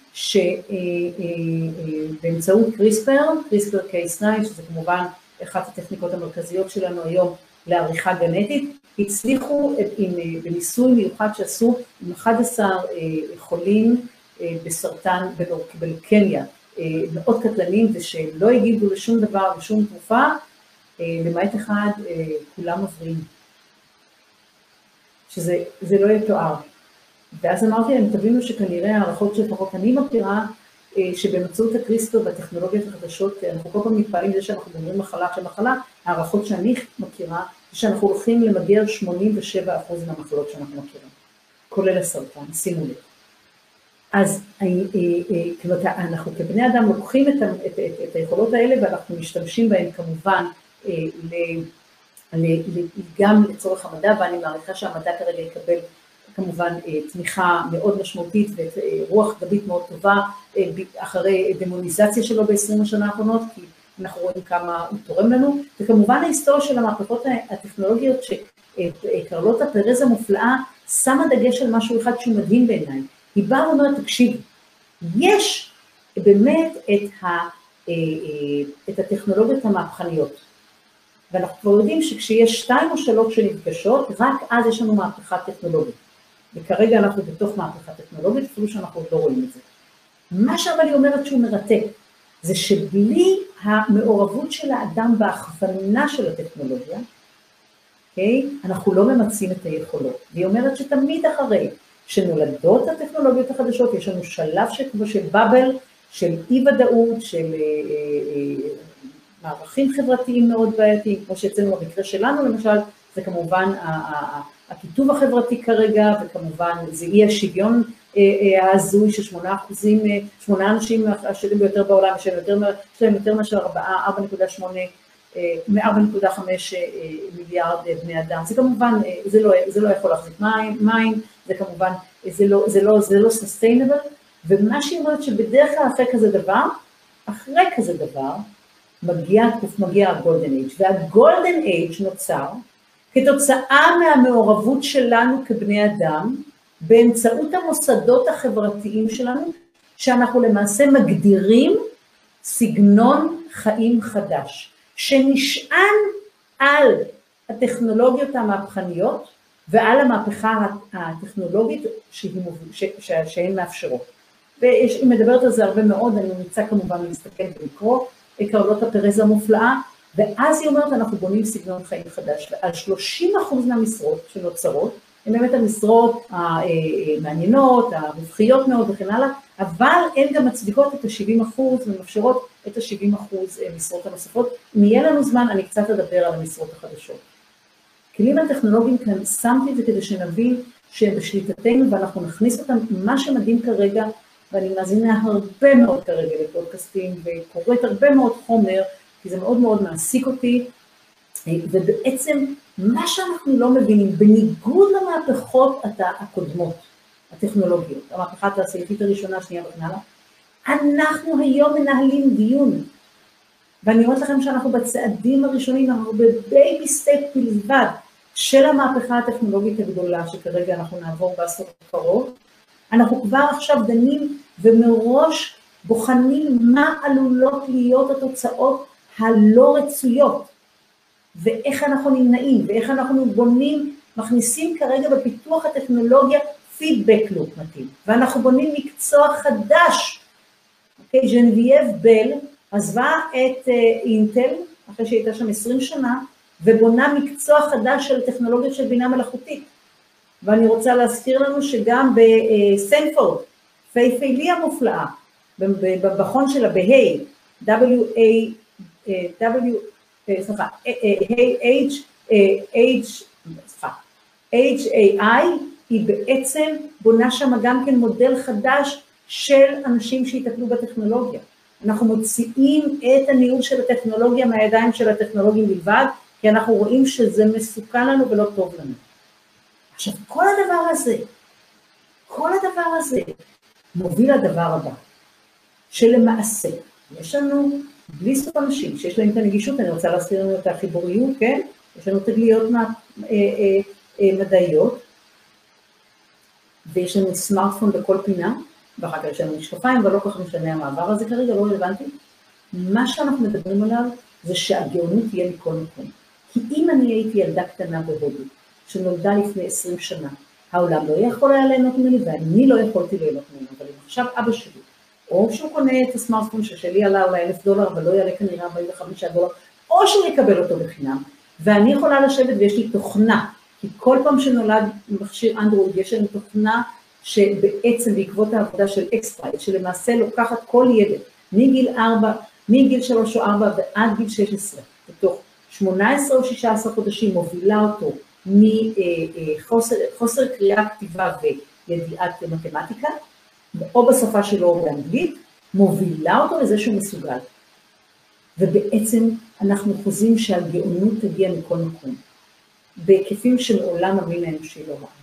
שבאמצעות קריספר, קריספר קייס תשע, שזה כמובן אחת הטכניקות המרכזיות שלנו היום לעריכה גנטית, הצליחו בניסוי מיוחד שעשו עם אחד עשר חולים בסרטן בלוקמיה, מאוד קטלניים, ושלא הגיבו לשום דבר ושום תרופה, למעט אחד, כולם עוברים. שזה לא יתואר. ואז אמרתי להם, תבינו שכנראה הערכות שלפחות אני מכירה, שבמצאות הקריספר והטכנולוגיות החדשות, אנחנו כל פעם מתפעלים לזה שאנחנו מדברים מחלה אחרי מחלה, הערכות שאני מכירה, שאנחנו הולכים למגר שמונים ושבעה אחוז מהמחלות שאנחנו מכירים, כולל הסרטן, שימו לב. אז אנחנו כבני אדם לוקחים את, את, את, את היכולות האלה, ואנחנו משתמשים בהן כמובן גם לצורך המדע, ואני מעריכה שהמדע כרגע יקבל כמובן תמיכה מאוד משמעותית ורוח גבית מאוד טובה, אחרי דמוניזציה שלו ב-עשרים השנה האחרונות, כי אנחנו רואים כמה הוא תורם לנו, וכמובן ההיסטוריה של המהפכות הטכנולוגיות שקרלוטה פרז המופלאה, שמה דגש על משהו אחד שהוא מדהים בעיניי. היא באה ואומרת, תקשיב, יש באמת את, ה, את הטכנולוגיות המהפכניות, ואנחנו כבר יודעים שכשיש שתיים או שלוש שנפגשות, רק אז יש לנו מהפכה טכנולוגית. וכרגע אנחנו בתוך מהפכה טכנולוגית, אפילו שאנחנו עוד לא רואים את זה. מה שאבל היא אומרת שהוא מרתק, זה שבלי המעורבות של האדם בהכוונה של הטכנולוגיה, okay, אנחנו לא ממצים את היכולות. והיא אומרת שתמיד אחרי שנולדות הטכנולוגיות החדשות, יש לנו שלב שכמו של בבל, של אי-ודאות, של מערכים חברתיים מאוד בעייתיים, כמו שאצלנו במקרה שלנו, למשל, זה כמובן הכיתוב החברתי כרגע, וכמובן זה אי השוויון ההזוי ששמונה אחוזים, שמונה אנשים העשירים ביותר בעולם, יש להם יותר מאשר ארבע נקודה שמונה, מ-ארבע נקודה חמש מיליארד בני אדם. זה כמובן, זה לא, זה לא יכול להחזיק מים, מים, זה כמובן, זה לא, זה לא, זה לא sustainable, ומה שהיא אומרת שבדרך כלל אחרי כזה דבר, אחרי כזה דבר, מגיע, מגיע הגולדן אייג', והגולדן אייג' נוצר כתוצאה מהמעורבות שלנו כבני אדם, באמצעות המוסדות החברתיים שלנו, שאנחנו למעשה מגדירים סגנון חיים חדש, שנשען על הטכנולוגיות המהפכניות, ועל המהפכה הטכנולוגית שהן מאפשרות. והיא מדברת על זה הרבה מאוד, אני ממליצה כמובן להסתכל ולקרוא, קרלוטה פרז המופלאה, ואז היא אומרת, אנחנו בונים סגנון חיים חדש, ועל שלושים אחוז מהמשרות שנוצרות, הן באמת המשרות המעניינות, הרווחיות מאוד וכן הלאה, אבל הן גם מצדיקות את ה-שבעים אחוז ומאפשרות את ה-שבעים אחוז משרות הנוספות. אם יהיה לנו זמן, אני קצת אדבר על המשרות החדשות. כלים הטכנולוגיים כאן, שמתי את זה כדי שנבין שהם בשליטתנו, ואנחנו נכניס אותם. מה שמדהים כרגע, ואני מאזינה הרבה מאוד כרגע לפודקאסטים, וקוראת הרבה מאוד חומר, כי זה מאוד מאוד מעסיק אותי, ובעצם מה שאנחנו לא מבינים, בניגוד למהפכות הקודמות, הטכנולוגיות, המהפכה התעשייתית הראשונה, השנייה וכן הלאה, אנחנו היום מנהלים דיון, ואני אומרת לכם שאנחנו בצעדים הראשונים, אנחנו בבייבי סטפ בלבד, של המהפכה הטכנולוגית הגדולה, שכרגע אנחנו נעבור בעשור הקרוב, אנחנו כבר עכשיו דנים ומראש בוחנים מה עלולות להיות התוצאות הלא רצויות, ואיך אנחנו נמנעים, ואיך אנחנו בונים, מכניסים כרגע בפיתוח הטכנולוגיה פידבק לופ מתאים, ואנחנו בונים מקצוע חדש. אוקיי, ז'נבייב בל עזבה את אינטל, אחרי שהייתה שם עשרים שנה, ובונה מקצוע חדש של טכנולוגיות של בינה מלאכותית. ואני רוצה להזכיר לנו שגם בסטנפורד, פייפי לי המופלאה, במכון שלה ב-Hay, סליחה, H A I, היא בעצם בונה שם גם כן מודל חדש של אנשים שיטפלו בטכנולוגיה. אנחנו מוציאים את הניהול של הטכנולוגיה מהידיים של הטכנולוגים בלבד, כי אנחנו רואים שזה מסוכן לנו ולא טוב לנו. עכשיו, כל הדבר הזה, כל הדבר הזה, מוביל לדבר הבא, שלמעשה, יש לנו בלי סוף אנשים שיש להם את הנגישות, אני רוצה להזכיר לנו את החיבוריות, כן? יש לנו תגליות מדעיות, ויש לנו סמארטפון בכל פינה, ואחר כך יש לנו משקפיים, אבל לא כל כך משנה המעבר הזה כרגע, לא רלוונטי. מה שאנחנו מדברים עליו, זה שהגאונות תהיה מכל מקום. כי אם אני הייתי ילדה קטנה בהודו, שנולדה לפני עשרים שנה, העולם לא יכול היה ליהנות ממני, ואני לא יכולתי ליהנות ממנו, אבל אם עכשיו אבא שלי, או שהוא קונה את הסמארטפון ששלי עלה אולי אלף דולר, אבל לא יעלה כנראה ארבעים וחמישה דולר, או שהוא יקבל אותו בחינם, ואני יכולה לשבת ויש לי תוכנה, כי כל פעם שנולד מכשיר אנדרואיד, יש לנו תוכנה שבעצם בעקבות העבודה של אקספרייט, שלמעשה לוקחת כל ילד, מגיל ארבע, מגיל שלוש או ארבע ועד גיל שש עשרה, בתוך שמונה עשרה או שישה עשר חודשים מובילה אותו מחוסר קריאה, כתיבה וידיעת מתמטיקה, או בשפה שלו או באנגלית, מובילה אותו לזה שהוא מסוגל. ובעצם אנחנו חוזים שהגאונות תגיע מכל מקום, בהיקפים שמעולם המין האנושי לא ראה.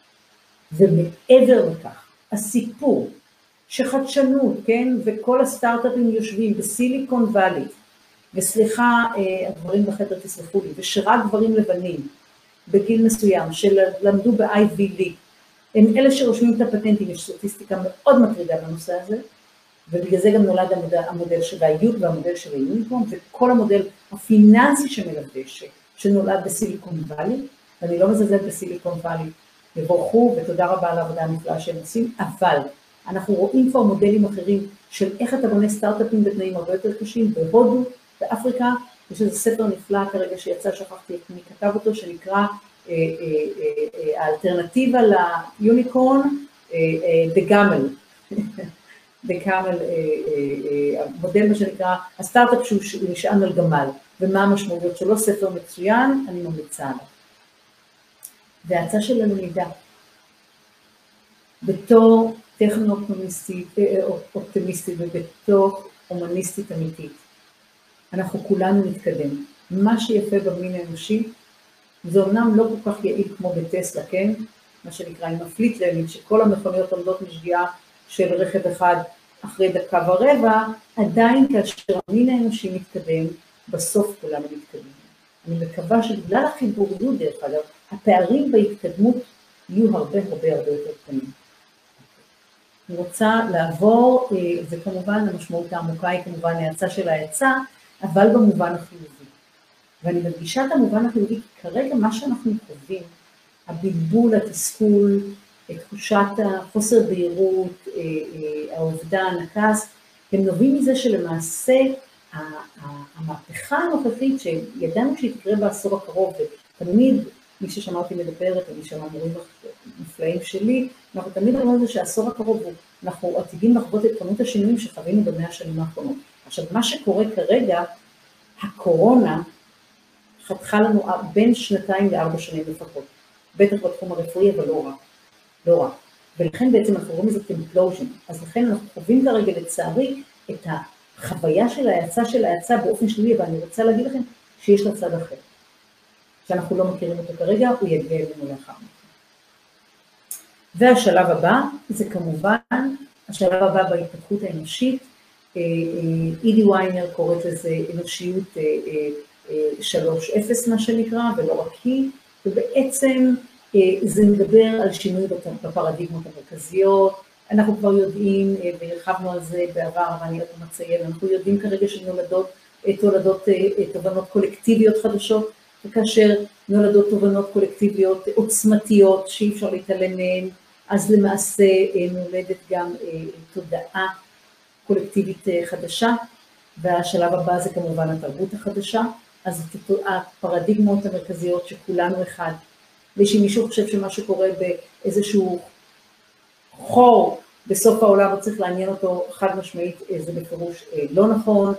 ומעבר לכך, הסיפור שחדשנות, כן, וכל הסטארט-אפים יושבים בסיליקון ואלי, וסליחה, הדברים בחדר תסלחו לי, ושרק גברים לבנים בגיל מסוים, שלמדו ב-איי וי לי, הם אלה שרושמים את הפטנטים, יש סטטיסטיקה מאוד מטרידה בנושא הזה, ובגלל זה גם נולד המודל, המודל של האיות והמודל של היוניקורן, וכל המודל הפיננסי שמלווה, שנולד בסיליקון ואלי, ואני לא מזלזלת בסיליקון ואלי, יבורכו ותודה רבה על העבודה הנפלאה שהם עושים, אבל אנחנו רואים כבר מודלים אחרים של איך אתה בונה סטארט-אפים בתנאים הרבה יותר קשים, בהודו, באפריקה, יש איזה ספר נפלא כרגע שיצא, שכחתי מי כתב אותו, שנקרא האלטרנטיבה ליוניקורן, The Camel, The Camel, המודל מה שנקרא, הסטארט-אפ שהוא נשען על גמל, ומה המשמעויות שלו, ספר מצוין, אני ממליצה עליו. וההצעה של הלמידה, בתור טכנו-אופטימיסטית ובתור הומניסטית אמיתית, אנחנו כולנו נתקדם. מה שיפה במין האנושי, זה אומנם לא כל כך יעיל כמו בטסלה, כן? מה שנקרא עם הפליט לרנינג, שכל המכוניות עומדות משגיאה של רכב אחד אחרי דקה ורבע, עדיין כאשר המין האנושי מתקדם, בסוף כולנו מתקדמים. אני מקווה שבגלל החיבוריות דרך אגב, הפערים בהתקדמות יהיו הרבה הרבה הרבה יותר קטנים. אני רוצה לעבור, וכמובן המשמעות העמוקה היא כמובן ההאצה של ההאצה, אבל במובן החיובי. ואני מדגישה את המובן החיובי, כי כרגע מה שאנחנו חווים, הבלבול, התסכול, תחושת החוסר בהירות, האובדן, הכעס, הם נובעים מזה שלמעשה המהפכה הנוכחית שידענו שהיא תקרה בעשור הקרוב, ותמיד מי ששמעתי מדברת, ומי שהמורים המופלאים שלי, אנחנו תמיד אומרים שהעשור הקרוב הוא, אנחנו עתידים לחוות את כמות השינויים שחווינו במאה השנים האחרונות. עכשיו, מה שקורה כרגע, הקורונה חתכה לנו בין שנתיים לארבע שנים לפחות, בטח בתחום הרפואי, אבל לא רק, לא רק. ולכן בעצם אנחנו רואים את זה כמפלוז'ן. אז לכן אנחנו חווים כרגע לצערי את החוויה של ההאצה של ההאצה באופן שלילי, ואני רוצה להגיד לכם שיש לה צד אחר. שאנחנו לא מכירים אותו כרגע, הוא יגיע אלינו לאחר מכן. והשלב הבא, זה כמובן, השלב הבא בהתפתחות האנושית, אידי ויינר קוראת לזה אנושיות שלוש אפס מה שנקרא, ולא רק היא, ובעצם זה מדבר על שינוי בפרדיגמות המרכזיות, אנחנו כבר יודעים, והרחבנו על זה בעבר, ואני עוד מציין, אנחנו יודעים כרגע שנולדות תולדות תובנות קולקטיביות חדשות, וכאשר נולדות תובנות קולקטיביות עוצמתיות שאי אפשר להתעלם מהן, אז למעשה נולדת גם תודעה קולקטיבית חדשה, והשלב הבא זה כמובן התרבות החדשה, אז הפרדיגמות המרכזיות שכולנו אחד, ושמישהו חושב שמה שקורה באיזשהו חור בסוף העולם, צריך לעניין אותו חד משמעית, זה בפירוש לא נכון,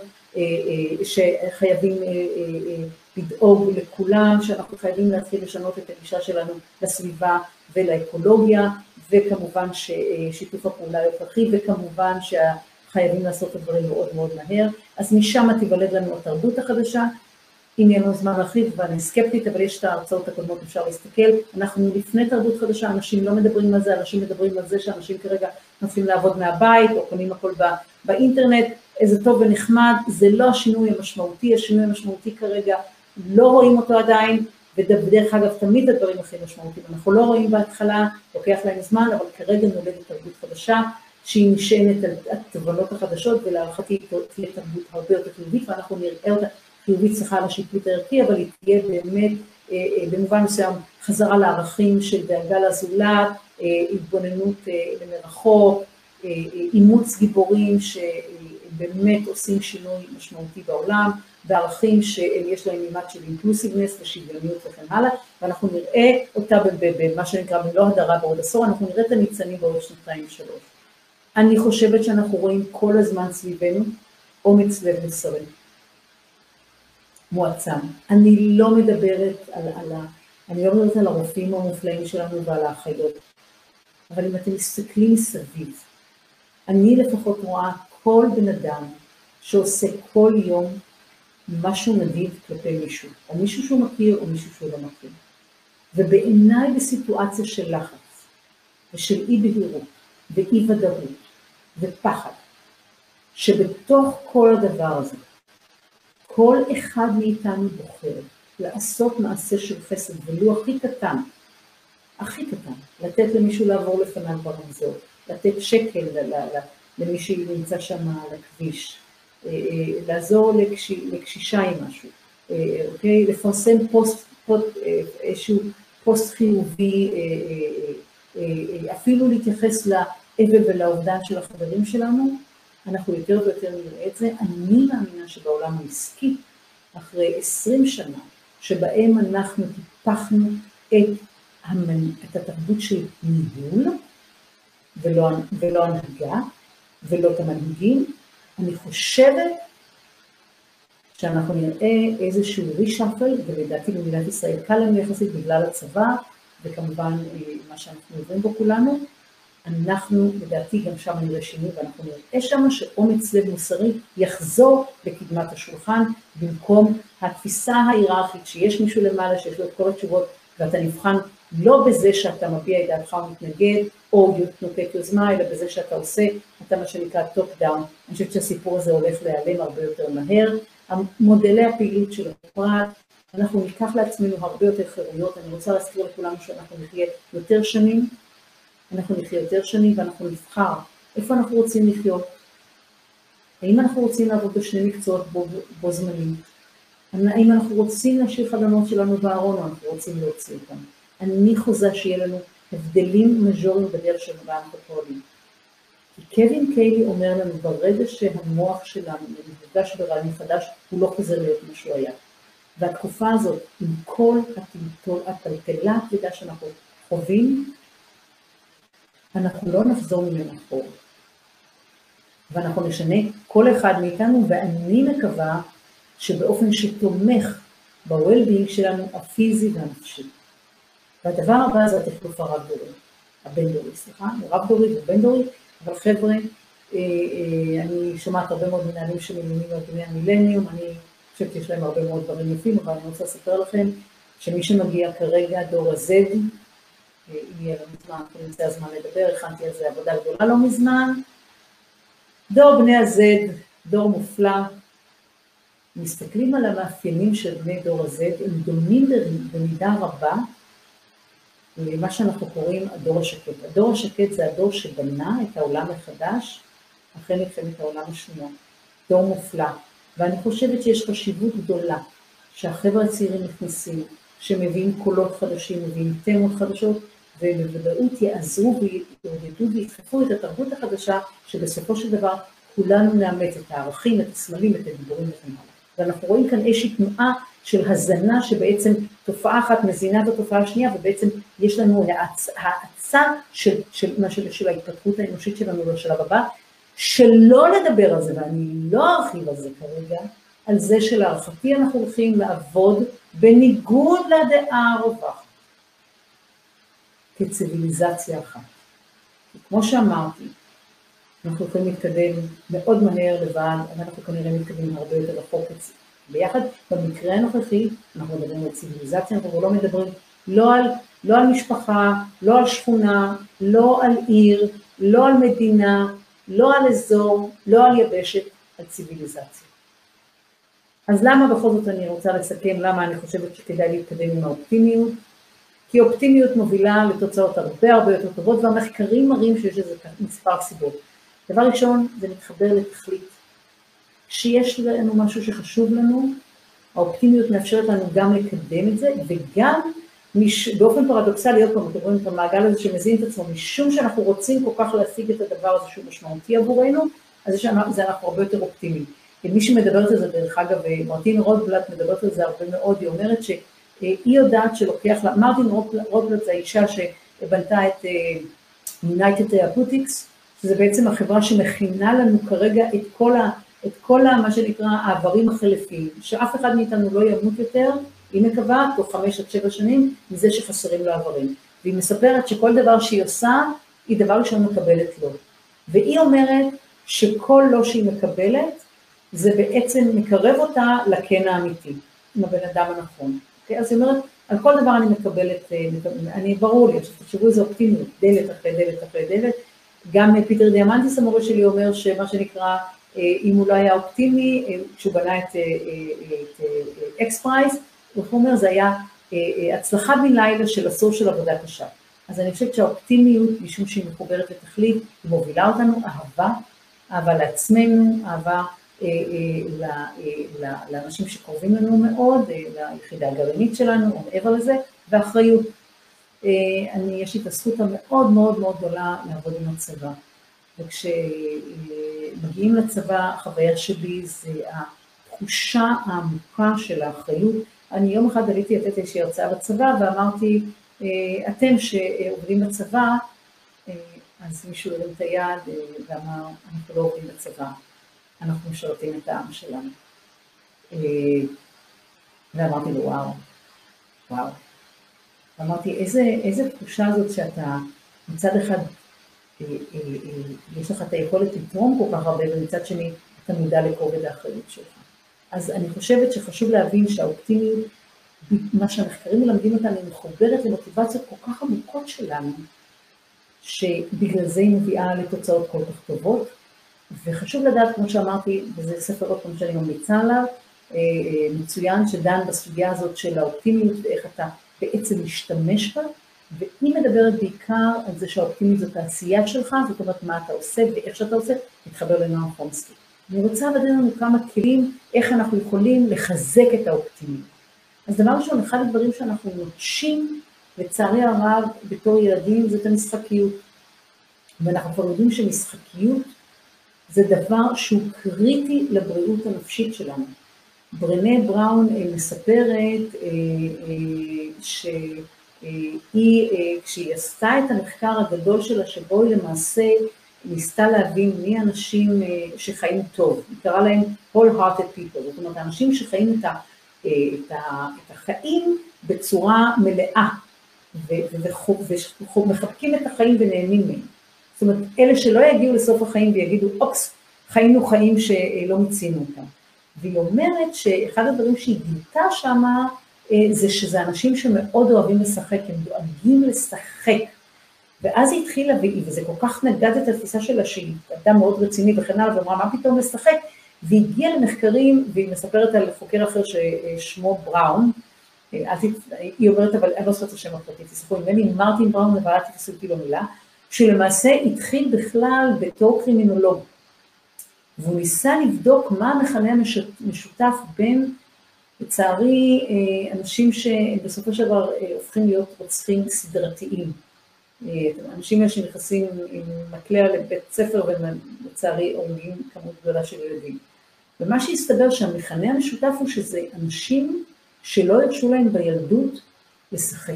שחייבים לדאוג לכולם, שאנחנו חייבים להתחיל לשנות את הגישה שלנו לסביבה ולאקולוגיה, וכמובן ששיתוף הפעולה הכרחי, וכמובן שחייבים לעשות את הדברים מאוד מאוד מהר. אז משם תיוולד לנו התרבות החדשה, אם יהיה לנו זמן להרחיב, ואני סקפטית, אבל יש את ההרצאות הקודמות, אפשר להסתכל. אנחנו לפני תרבות חדשה, אנשים לא מדברים על זה, אנשים מדברים על זה שאנשים כרגע נופלים לעבוד מהבית, או קונים הכל באינטרנט, איזה טוב ונחמד, זה לא השינוי המשמעותי, השינוי המשמעותי כרגע לא רואים אותו עדיין, ובדרך אגב תמיד הדברים הכי משמעותיים, אנחנו לא רואים בהתחלה, לוקח להם זמן, אבל כרגע נולדת תרבות חדשה, שהיא נשענת על התובנות החדשות, ולהערכתי תהיה תרבות הרבה יותר חיובית, ואנחנו נראה אותה חיובית, סליחה על השיפוט הערכי, אבל היא תהיה באמת, במובן מסוים, חזרה לערכים של דאגה לזולת, התבוננות למרחוק, אימוץ גיבורים שבאמת עושים שינוי משמעותי בעולם, וערכים שיש להם מימד של אינקלוסיבנס ושוויוניות וכן הלאה, ואנחנו נראה אותה במה שנקרא בלא הדרה בעוד עשור, אנחנו נראה את הניצנים בעוד שנתיים שלוש. אני חושבת שאנחנו רואים כל הזמן סביבנו אומץ לב מוסרי, מועצם. אני לא מדברת על, על, אני לא מדברת על הרופאים המופלאים שלנו ועל האחיות, אבל אם אתם מסתכלים מסביב, אני לפחות רואה כל בן אדם שעושה כל יום משהו נדיב כלפי מישהו, או מישהו שהוא מכיר או מישהו שהוא לא מכיר. ובעיניי בסיטואציה של לחץ, ושל אי בהירות, ואי ודאות, ופחד, שבתוך כל הדבר הזה, כל אחד מאיתנו בוחר לעשות מעשה של חסד, ולו הכי קטן, הכי קטן, לתת למישהו לעבור לפניו ברמזור, לתת שקל למי שנמצא שם על הכביש, לעזור לקשישה עם משהו, אוקיי? לפרסם פוסט, איזשהו פוסט חיובי, אפילו להתייחס לאבל ולאובדן של החברים שלנו, אנחנו יותר ויותר נראה את זה. אני מאמינה שבעולם העסקי, אחרי עשרים שנה, שבהם אנחנו טיפחנו את, את התרבות של ניהול, ולא, ולא הנהגה, ולא את המנהיגים, אני חושבת שאנחנו נראה איזשהו רישאפל, ולדעתי במדינת ישראל קל לנו יחסית בגלל הצבא, וכמובן מה שאנחנו עוברים בו כולנו, אנחנו לדעתי גם שם נראה שינוי, ואנחנו נראה שם שאומץ לב מוסרי יחזור בקדמת השולחן, במקום התפיסה ההיררכית שיש מישהו למעלה, שיש לו את כל התשובות, ואתה נבחן לא בזה שאתה מביע את דעתך ומתנגד, או נוקט יוזמה, אלא בזה שאתה עושה, אתה מה שנקרא טופ דאון. אני חושבת שהסיפור הזה הולך להיעלם הרבה יותר מהר. המודלי הפעילות של הפרט, אנחנו ניקח לעצמנו הרבה יותר חירויות, אני רוצה להזכיר לכולנו שאנחנו נחיה יותר שנים, אנחנו נחיה יותר שנים ואנחנו נבחר איפה אנחנו רוצים לחיות? האם אנחנו רוצים לעבוד בשני מקצועות בו, בו זמנים? האם אנחנו רוצים להשאיר חלומות שלנו בארון, או אנחנו רוצים להוציא אותם? אני חוזה שיהיה לנו הבדלים מז'וריים בדרך שבה אנחנו פועלים. כי קווין קיילי אומר לנו, ברגע שהמוח שלנו נפגש ברעיון חדש, הוא לא חוזר להיות מה שהוא היה. והתקופה הזאת, עם כל הטלטלה הכבדה שאנחנו חווים, אנחנו לא נחזור ממנו אחורה. ואנחנו נשנה כל אחד מאיתנו, ואני מקווה שבאופן שתומך ב-well-being שלנו, הפיזי והנפשי. והדבר הבא זה התחלוף הרב-דורי, הבין-דורי, סליחה, רב-דורי ובין-דורי, אבל חבר'ה, אני שומעת הרבה מאוד מנהלים שמלינים לארגוני המילניום, אני חושבת שיש להם הרבה מאוד דברים יפים, אבל אני רוצה לספר לכם שמי שמגיע כרגע, דור ה-Z, יהיה לנו זמן, אני נמצא הזמן לדבר, הכנתי על זה עבודה גדולה לא מזמן, דור בני ה-Z, דור מופלא, מסתכלים על המאפיינים של בני דור ה-Z, הם דומים במידה רבה, למה שאנחנו קוראים הדור השקט. הדור השקט זה הדור שבנה את העולם החדש, אחרי מלחמת העולם השנייה. דור מופלא. ואני חושבת שיש חשיבות גדולה, שהחבר'ה הצעירים נכנסים, שמביאים קולות חדשים, מביאים תמות חדשות, ובוודאות יעזרו ויעודדו וידחפו את התרבות החדשה, שבסופו של דבר כולנו נאמץ את הערכים, את הסמלים, את הדיבורים וכן הלאה. ואנחנו רואים כאן איזושהי תנועה של הזנה, שבעצם תופעה אחת מזינה בתופעה השנייה, ובעצם יש לנו האצה של, של, של, של ההתפתחות האנושית שלנו לשלב הבא, שלא לדבר על זה, ואני לא ארחיב על זה כרגע, על זה שלהערכתי אנחנו הולכים לעבוד בניגוד לדעה הרווחת, כציביליזציה אחת. כמו שאמרתי, אנחנו יכולים להתקדם מאוד מהר לבד, אבל אנחנו כנראה מתקדמים הרבה יותר רחוק ביחד. במקרה הנוכחי, אנחנו מדברים על ציביליזציה, אנחנו לא מדברים לא על, לא על משפחה, לא על שכונה, לא על עיר, לא על מדינה, לא על אזור, לא על יבשת, על ציביליזציה. אז למה בכל זאת אני רוצה לסכם, למה אני חושבת שכדאי להתקדם עם האופטימיות? כי אופטימיות מובילה לתוצאות הרבה הרבה יותר טובות, והמחקרים מראים שיש איזה מספר סיבות. דבר ראשון, זה מתחבר לתכלית. כשיש לנו משהו שחשוב לנו, האופטימיות מאפשרת לנו גם לקדם את זה, וגם מש... באופן פרדוקסלי, עוד פעם, אתם רואים את המעגל הזה שמזין את עצמו, משום שאנחנו רוצים כל כך להשיג את הדבר הזה שהוא משמעותי עבורנו, אז זה אנחנו הרבה יותר אופטימיים. מי שמדברת על זה, דרך אגב, מרטין רוטבלט מדברת על זה הרבה מאוד, היא אומרת שהיא יודעת שלוקח לה, מרטין רוטבלט זה האישה שבנתה את United Therapeutics, שזה בעצם החברה שמכינה לנו כרגע את כל, ה, את כל ה, מה שנקרא העברים החלפיים, שאף אחד מאיתנו לא ימות יותר, היא מקווה, תוך חמש עד שבע שנים, מזה שחסרים לו העברים. והיא מספרת שכל דבר שהיא עושה, היא דבר ראשון מקבלת לו. והיא אומרת שכל לא שהיא מקבלת, זה בעצם מקרב אותה לקן האמיתי, עם הבן אדם הנכון. Okay? אז היא אומרת, על כל דבר אני מקבלת, אני ברור לי, עכשיו תחשבו איזה אופטימיות, דלת אחרי דלת אחרי דלת, גם פיטר דיאמנטיס המורה שלי אומר שמה שנקרא, אם הוא לא היה אופטימי, כשהוא בנה את אקס פרייס, הוא אומר, זה היה הצלחה בן לילה של עשור של עבודה קשה. אז אני חושבת שהאופטימיות, משום שהיא מחוברת לתכלית, היא מובילה אותנו אהבה, אהבה לעצמנו, אהבה לאנשים שקרובים לנו מאוד, ליחידה הגרעינית שלנו, או מעבר לזה, ואחריות. אני, יש לי את הזכות המאוד מאוד מאוד גדולה לעבוד עם הצבא. וכשמגיעים לצבא, החוויה שלי זה התחושה העמוקה של האחריות. אני יום אחד עליתי לתת איזושהי הרצאה בצבא, ואמרתי, אתם שעובדים בצבא, אז מישהו הרים את היד ואמר, אנחנו לא עובדים בצבא, אנחנו משרתים את העם שלנו. ואמרתי לו, וואו, וואו. ואמרתי, איזה, איזה תחושה הזאת שאתה מצד אחד, יש לך את היכולת לתרום כל כך הרבה, ומצד שני אתה מודע לכובד האחריות שלך. אז אני חושבת שחשוב להבין שהאופטימיות, מה שהמחקרים מלמדים אותנו, היא מחוברת למוטיבציות כל כך עמוקות שלנו, שבגלל זה היא מביאה לתוצאות כל כך טובות, וחשוב לדעת, כמו שאמרתי, וזה ספר עוד פעם שאני ממליצה עליו, מצוין שדן בסוגיה הזאת של האופטימיות, ואיך אתה בעצם משתמש בה, והיא מדברת בעיקר על זה שהאופטימיות זאת העשייה שלך, זאת אומרת מה אתה עושה ואיך שאתה עושה, מתחבר לנועם חומסקי. אני רוצה לדעת לנו כמה כלים, איך אנחנו יכולים לחזק את האופטימיות. אז דבר ראשון, אחד הדברים שאנחנו נוטשים, לצערי הרב, בתור ילדים, זאת המשחקיות. ואנחנו כבר יודעים שמשחקיות זה דבר שהוא קריטי לבריאות הנפשית שלנו. ברנה בראון מספרת שהיא, כשהיא עשתה את המחקר הגדול שלה, שבו היא למעשה ניסתה להבין מי האנשים שחיים טוב. היא קראה להם whole-hearted people, זאת אומרת, האנשים שחיים את, ה, את, ה, את החיים בצורה מלאה, ומחבקים את החיים ונהנים מהם. זאת אומרת, אלה שלא יגיעו לסוף החיים ויגידו, אופס, חיינו חיים שלא מצינו אותם. והיא אומרת שאחד הדברים שהיא גילתה שמה, זה שזה אנשים שמאוד אוהבים לשחק, הם דואגים לשחק. ואז היא התחילה, וזה כל כך נגד את התפיסה שלה, שהיא אדם מאוד רציני וכן הלאה, ואמרה, מה פתאום לשחק? והיא הגיעה למחקרים, והיא מספרת על חוקר אחר ששמו בראון, היא אומרת, אבל אני לא עושה את השם הפרטי, תסלחו, אם אני מרטין בראון, אבל אל תפסו אותי לו מילה, שלמעשה התחיל בכלל בתור קרימינולוג, והוא ניסה לבדוק מה המכנה המשותף בין, לצערי, אנשים שבסופו של דבר הופכים להיות רוצחים סדרתיים. אנשים שנכנסים עם מקלע לבית ספר ולצערי הורגים כמות גדולה של ילדים. ומה שהסתבר שהמכנה המשותף הוא שזה אנשים שלא הרשו להם בילדות לשחק.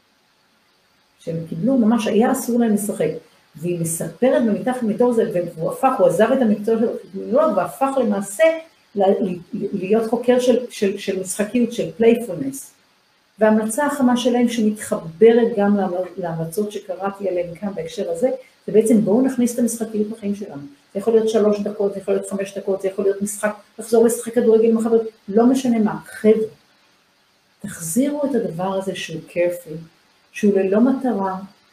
שהם קיבלו, ממש היה אסור להם לשחק. והיא מספרת במתח מתוך זה, והוא הפך, הוא עזב את המקצוע של הקרימינולוג, והפך למעשה להיות חוקר של, של, של משחקיות, של פלייפולנס. וההמלצה החמה שלהם שמתחברת גם להמלצות שקראתי עליהן כאן בהקשר הזה, זה בעצם בואו נכניס את המשחקיות בחיים שלנו. זה יכול להיות שלוש דקות, זה יכול להיות חמש דקות, זה יכול להיות משחק, לחזור לשחק כדורגל עם החברות, לא משנה מה, חבר'ה. תחזירו את הדבר הזה שהוא careful, שהוא ללא מטרה,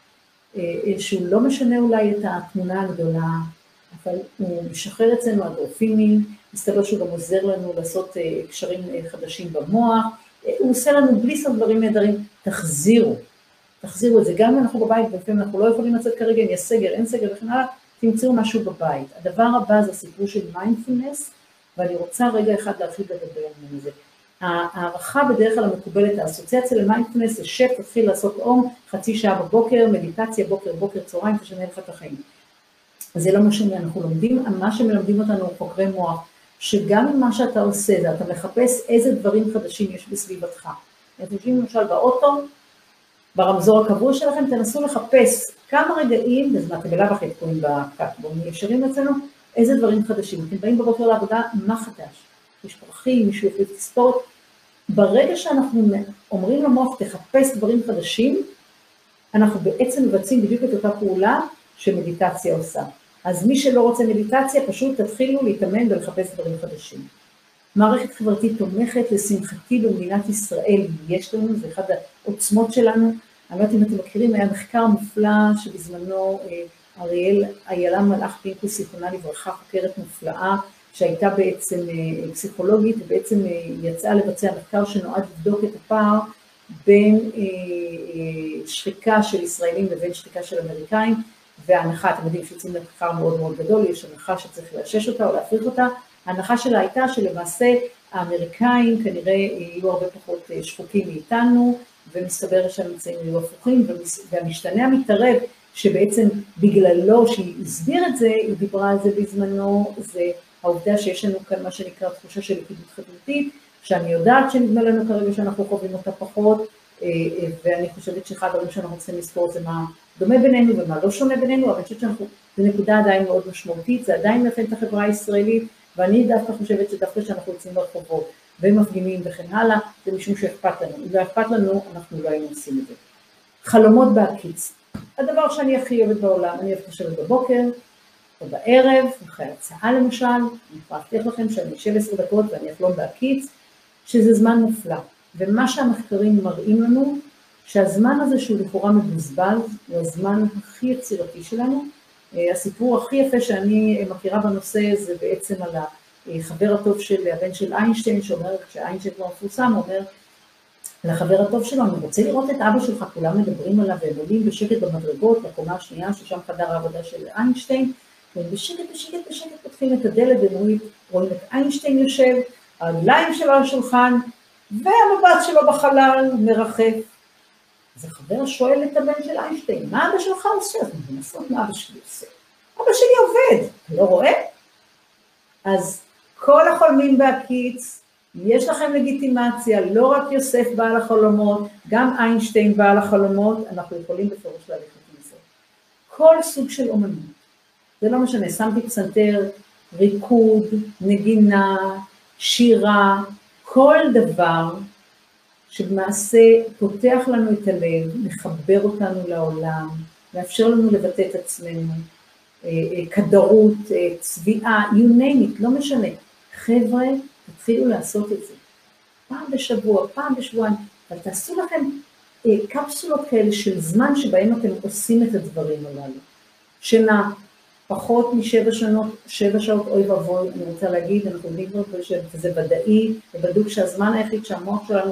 שהוא לא משנה אולי את התמונה הגדולה, אבל הוא משחרר אצלנו אנדורפינים, מסתבר שהוא גם עוזר לנו לעשות קשרים חדשים במוח, הוא עושה לנו בלי סוף דברים נהדרים, תחזירו, תחזירו את זה, גם אם אנחנו בבית, ולפעמים אנחנו לא יכולים לצאת כרגע, אם יש סגר, אין סגר וכן הלאה, תמצאו משהו בבית. הדבר הבא זה הסיפור של מיינדפולנס, ואני רוצה רגע אחד להתחיל לדבר על זה. הערכה בדרך כלל המקובלת, האסוציאציה למיינדפולנס זה שף, תתחיל לעשות אום, חצי שעה בבוקר, מדיטציה, בוקר, בוקר, צהריים, תשנה לך את החיים. זה לא משנה, אנחנו לומדים, מה שמלמדים אותנו חוקרי מוח, שגם עם מה שאתה עושה, זה, אתה מחפש איזה דברים חדשים יש בסביבתך. אתם חושבים למשל באוטו, ברמזור הקבוע שלכם, תנסו לחפש כמה רגעים, אז מה, אתם בלב אחרי תקועים בפקק, בואו נשארים אצלנו, איזה דברים חדשים. אתם באים בבוקר לעבודה, מה חדש? יש פרחים, מישהו יחליט תספורת. ברגע שאנחנו אומרים למוח, תחפש דברים חדשים, אנחנו בעצם מבצעים בדיוק את אותה פעולה שמדיטציה עושה. אז מי שלא רוצה מדיטציה, פשוט תתחילו להתאמן ולחפש דברים חדשים. מערכת חברתית תומכת, לשמחתי במדינת ישראל, יש לנו, זה אחד העוצמות שלנו. אני לא יודעת אם אתם מכירים, היה מחקר מופלא שבזמנו אריאל איילה מלאך פינקוס, זיכרונה לברכה, חוקרת מופלאה, שהייתה בעצם פסיכולוגית, ובעצם יצאה לבצע מחקר שנועד לבדוק את הפער בין שחיקה של ישראלים לבין שחיקה של אמריקאים, וההנחה, אתם יודעים שיוצאים למחקר מאוד מאוד גדול, יש הנחה שצריך לאשש אותה או להפריך אותה, ההנחה שלה הייתה שלמעשה האמריקאים כנראה יהיו הרבה פחות שחוקים מאיתנו, ומסתבר שהממצאים יהיו הפוכים, והמשתנה המתערב שבעצם בגללו שהיא הסביר את זה, היא דיברה על זה בזמנו, זה העובדה שיש לנו כאן מה שנקרא תחושה של לכידות חברתית, שאני יודעת שנדמה לנו כרגע שאנחנו חווים אותה פחות, ואני חושבת שאחד הדברים שאנחנו צריכים לזכור זה מה דומה בינינו ומה לא שונה בינינו, אבל אני חושבת שאנחנו, זו נקודה עדיין מאוד משמעותית, זה עדיין מאפיין את החברה הישראלית, ואני דווקא חושבת שדווקא שאנחנו יוצאים ברחובות ומפגינים וכן הלאה, זה משום שאכפת לנו. אם לא אכפת לנו, אנחנו לא היינו עושים את זה. חלומות בהקיץ. הדבר שאני הכי אוהבת בעולם, אני אוהבת לשבת בבוקר, או בערב, אחרי הצעה למשל, אני יכולה להבטיח לכם שאני אשב עשר דקות ואני אחלום בהקיץ, שזה זמן מופלא. ומה שהמחקרים מראים לנו, שהזמן הזה שהוא לכאורה מבוזבז, הוא הזמן הכי יצירתי שלנו. הסיפור הכי יפה שאני מכירה בנושא, זה בעצם על החבר הטוב של הבן של איינשטיין, שאומר, כשאיינשטיין כבר מפורסם, אומר, לחבר הטוב שלו, אני רוצה לראות את אבא שלך, כולם מדברים עליו, והם עולים בשקט במדרגות, לקומה השנייה, ששם חדר העבודה של איינשטיין, והם בשקט, בשקט, בשקט פותחים את הדלת, והם רואים את איינשטיין יושב, הרגליים שלו על השולחן, והמבט שלו בחלל מרחף. אז החבר שואל את הבן של איינשטיין, מה אבא שלך עושה? אז אני מנסות מה אבא שלי עושה. אבא שלי עובד, אתה לא רואה? אז כל החולמים בהקיץ, יש לכם לגיטימציה, לא רק יוסף בעל החלומות, גם איינשטיין בעל החלומות, אנחנו יכולים בפירוש ללכת עם זה. כל סוג של אומנות, זה לא משנה, שמתי פסנתר, ריקוד, נגינה, שירה, כל דבר שבמעשה פותח לנו את הלב, מחבר אותנו לעולם, מאפשר לנו לבטא את עצמנו, כדרות, צביעה, you name it, לא משנה. חבר'ה, תתחילו לעשות את זה. פעם בשבוע, פעם בשבועיים, אבל תעשו לכם קפסולות כאלה של זמן שבהם אתם עושים את הדברים הללו. שינה, פחות משבע שנות, שבע שעות, אוי ואבוי, אני רוצה להגיד, אנחנו יודעים כבר שזה ודאי, ובדוק שהזמן היחיד שהמוח שלנו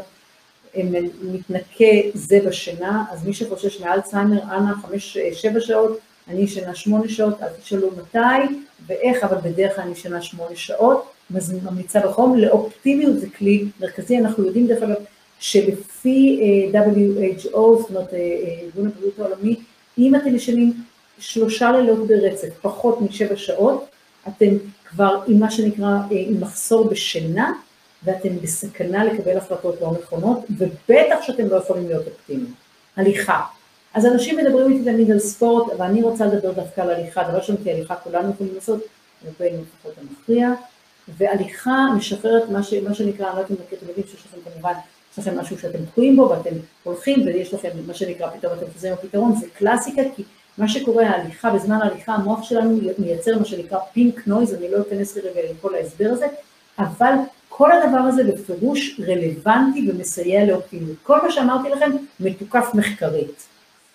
מתנקה זה בשינה, אז מי שחושש מאלצהיימר, אנא חמש, שבע שעות, אני ישנה שמונה שעות, אל תשאלו מתי ואיך, אבל בדרך כלל אני ישנה שמונה שעות, ממליצה בחום, לאופטימיות זה כלי מרכזי, אנחנו יודעים דרך אגב, שלפי דאבליו אייץ' או, זאת אומרת, ארגון הבריאות העולמי, אם אתם ישנים שלושה לילות ברצף, פחות משבע שעות, אתם כבר עם מה שנקרא, עם מחסור בשינה, ואתם בסכנה לקבל החלטות לא נכונות, ובטח שאתם לא יכולים להיות אופטימיים. הליכה. אז אנשים מדברים איתי תמיד על ספורט, אבל אני רוצה לדבר דווקא על הליכה, דבר שם כי הליכה כולנו יכולים לעשות, רובנו לפחות המכריע, והליכה משחררת מה, ש, מה שנקרא, אני לא יודעת אם אתם יודעים שיש לכם כמובן, יש לכם משהו שאתם תקועים בו, ואתם הולכים, ויש לכם מה שנקרא פתאום אתם חוזרים בפתרון, זה קלאסיקה, כי מה שקורה, ההליכה, בזמן ההליכה, המוח שלנו מייצר מה שנקרא פינק נויז, אני לא אכנס לרגע לכל ההסבר הזה, אבל כל הדבר הזה בפירוש רלוונטי ומסייע לאופטימיות. כל מה שאמרתי לכם מתוקף מחקרית.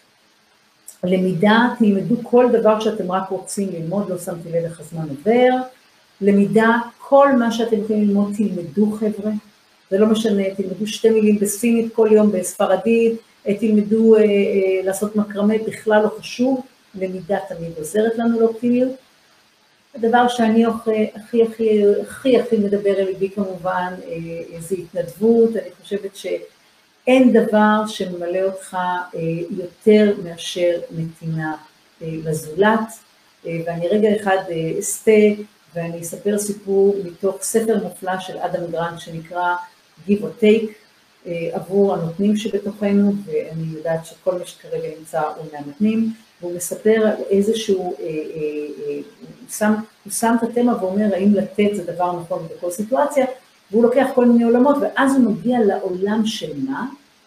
למידה, תלמדו כל דבר שאתם רק רוצים ללמוד, לא שמתי לב איך הזמן עובר. למידה, כל מה שאתם יכולים ללמוד, תלמדו חבר'ה. זה לא משנה, תלמדו שתי מילים בספינית כל יום, בספרדית, תלמדו אה, אה, לעשות מקרמה, בכלל לא חשוב. למידה תמיד עוזרת לנו לאופטימיות. הדבר שאני הכי הכי הכי הכי הכי מדבר אל ליבי כמובן, זה התנדבות. אני חושבת שאין דבר שממלא אותך יותר מאשר נתינה לזולת, ואני רגע אחד אסתה ואני אספר סיפור מתוך ספר מופלא של אדם גרנט שנקרא Give or Take, עבור הנותנים שבתוכנו, ואני יודעת שכל מי שכרגע נמצא הוא מהנותנים, והוא מספר על איזשהו, אה, אה, אה, הוא, שם, הוא שם את התמה ואומר האם לתת זה דבר נכון בכל סיטואציה, והוא לוקח כל מיני עולמות, ואז הוא מגיע לעולם של מה?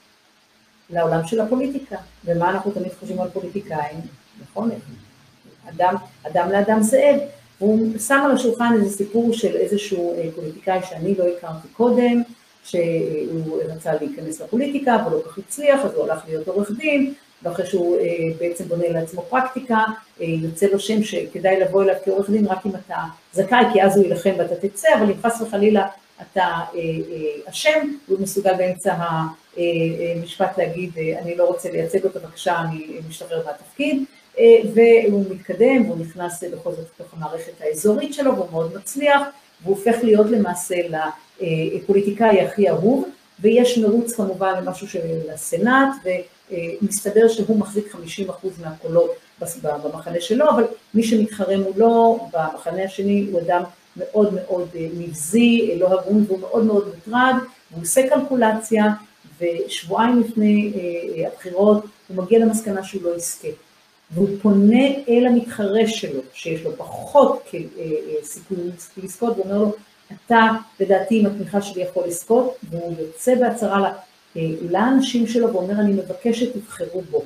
לעולם של הפוליטיקה. ומה אנחנו תמיד חושבים על פוליטיקאים? נכון? אדם, אדם לאדם זאב. והוא שם על השולחן איזה סיפור של איזשהו פוליטיקאי שאני לא הכרתי קודם, שהוא רצה להיכנס לפוליטיקה, אבל לא כך הצליח, אז הוא הלך להיות עורך דין, ואחרי שהוא בעצם בונה לעצמו פרקטיקה, יוצא לו שם שכדאי לבוא אליו כעורך דין רק אם אתה זכאי, כי אז הוא ילחם ואתה תצא, אבל אם חס וחלילה אתה אשם, הוא מסוגל באמצע המשפט להגיד, אני לא רוצה לייצג אותו, בבקשה, אני משתחרר מהתפקיד, והוא מתקדם, והוא נכנס בכל זאת לתוך המערכת האזורית שלו, והוא מאוד מצליח, והוא הופך להיות למעשה לפוליטיקאי הכי אהוב, ויש מרוץ כמובן למשהו של הסנאט, ומסתבר שהוא מחזיק חמישים אחוז מהקולות במחנה שלו, אבל מי שמתחרה מולו במחנה השני הוא אדם מאוד מאוד נבזי, לא הגון, והוא מאוד מאוד מוטרד, והוא עושה קלקולציה, ושבועיים לפני הבחירות הוא מגיע למסקנה שהוא לא יזכה. והוא פונה אל המתחרה שלו, שיש לו פחות סיכוי לזכות, ואומר לו, אתה לדעתי עם התמיכה שלי יכול לזכות, והוא יוצא בהצהרה לאנשים שלו, ואומר, אני מבקש שתבחרו בו.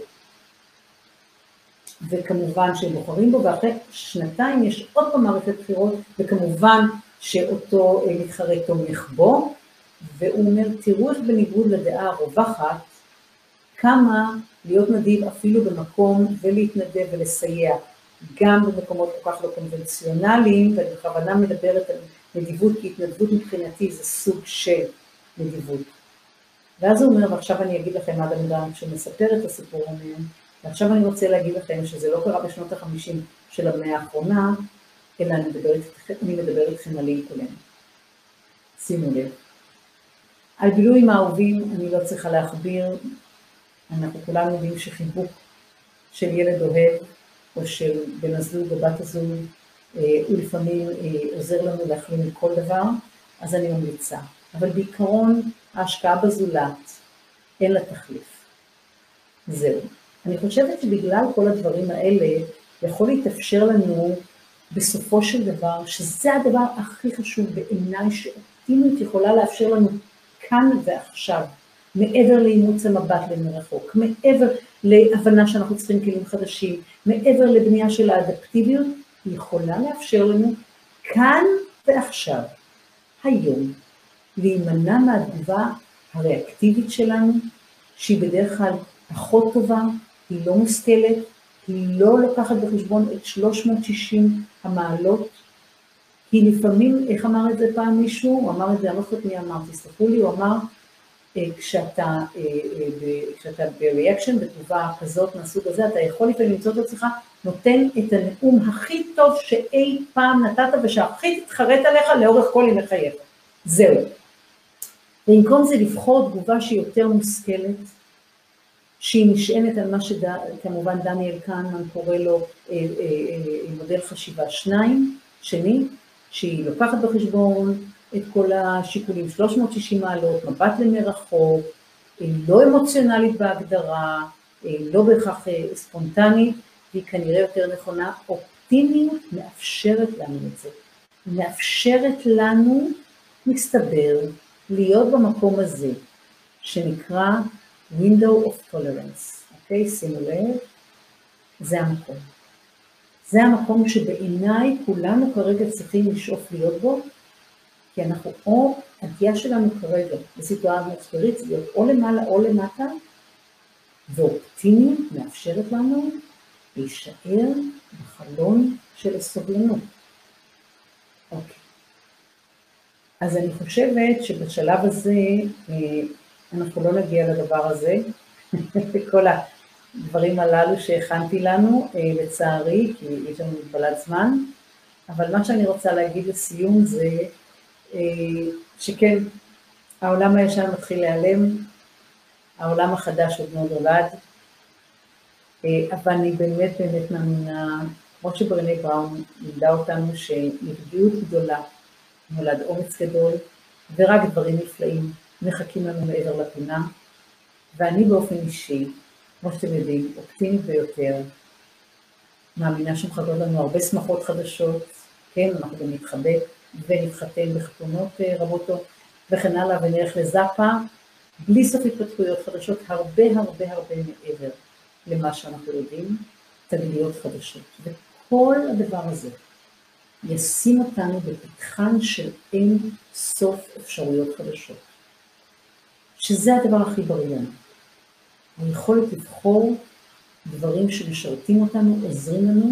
וכמובן שהם בוחרים בו, ואחרי שנתיים יש עוד פעם מערכת בחירות, וכמובן שאותו מתחרה תומך בו, והוא אומר, תראו איך בניגוד לדעה הרווחת, כמה להיות נדיב אפילו במקום ולהתנדב ולסייע, גם במקומות כל כך לא קונבנציונליים, ואני בכוונה מדברת על נדיבות, כי התנדבות מבחינתי זה סוג של נדיבות. ואז הוא אומר, ועכשיו אני אגיד לכם מה אדם שמספר את הסיפור המעניין, ועכשיו אני רוצה להגיד לכם שזה לא קרה בשנות ה-חמישים של המאה האחרונה, אלא אני מדברת, אני מדברת איתכם על לינקולן. שימו לב. על בילויים האהובים אני לא צריכה להכביר, אנחנו כולנו יודעים שחיבוק של ילד אוהב, או של בן הזוג או בת הזוג, הוא לפעמים עוזר לנו להחלים מכל דבר, אז אני ממליצה. אבל בעיקרון ההשקעה בזולת אין לה תחליף. זהו. אני חושבת שבגלל כל הדברים האלה יכול להתאפשר לנו בסופו של דבר, שזה הדבר הכי חשוב בעיניי שאופטימיות יכולה לאפשר לנו כאן ועכשיו, מעבר לאימוץ המבט למרחוק, מעבר להבנה שאנחנו צריכים כלים חדשים, מעבר לבנייה של האדפטיביות, היא יכולה לאפשר לנו כאן ועכשיו, היום, להימנע מהתגובה הריאקטיבית שלנו, שהיא בדרך כלל פחות טובה, היא לא מושכלת, היא לא לוקחת בחשבון את שלוש מאות ושישים המעלות, היא לפעמים, איך אמר את זה פעם מישהו? הוא אמר את זה, אני לא חושבת מי אמר, תסלחו לי, הוא אמר, כשאתה, כשאתה בריאקשן, בתגובה כזאת מהסוג הזה, אתה יכול לפעמים למצוא את עצמך, נותן את הנאום הכי טוב שאי פעם נתת, ושהכי תתחרט עליך לאורך כל ימי חייך. זהו. במקום זה לבחור תגובה שהיא יותר מושכלת, שהיא נשענת על מה שכמובן דניאל קהנמן קורא לו מודל חשיבה שניים, שני, שהיא לוקחת בחשבון את כל השיקולים, שלוש מאות ושישים מעלות, מבט למרחוק, לא אמוציונלית בהגדרה, לא בהכרח ספונטנית, והיא כנראה יותר נכונה, אופטימיות מאפשרת לנו את זה. מאפשרת לנו, מסתבר, להיות במקום הזה, שנקרא window of tolerance, אוקיי? שימו לב, זה המקום. זה המקום שבעיניי כולנו כרגע צריכים לשאוף להיות בו, כי אנחנו או, הגיעה שלנו כרגע בסיטואציה משברית, להיות או למעלה או למטה, ואופטימיות מאפשרת לנו להישאר בחלון של הסובלנות. אוקיי. אז אני חושבת שבשלב הזה, אנחנו לא נגיע לדבר הזה, כל הדברים הללו שהכנתי לנו, לצערי, כי יש לנו מגבלת זמן, אבל מה שאני רוצה להגיד לסיום זה, שכן, העולם הישן מתחיל להיעלם, העולם החדש עוד לא נולד, אבל אני באמת באמת מאמינה, כמו שברנה בראון לימדה אותנו, שנפגעות גדולה, נולד אומץ גדול, ורק דברים נפלאים מחכים לנו מעבר לפינה, ואני באופן אישי, כמו שאתם יודעים, אופטימית ביותר, מאמינה שמחכות לנו הרבה שמחות חדשות, כן, אנחנו גם נתחבק ונתחתן בחתונות רבות וכן הלאה, ונלך לזאפה, בלי סוף התפתחויות חדשות, הרבה הרבה הרבה מעבר למה שאנחנו יודעים, תגליות חדשות. וכל הדבר הזה ישים אותנו בפתחן של אין סוף אפשרויות חדשות. שזה הדבר הכי בריא לנו. היכולת לבחור דברים שמשרתים אותנו, עוזרים לנו,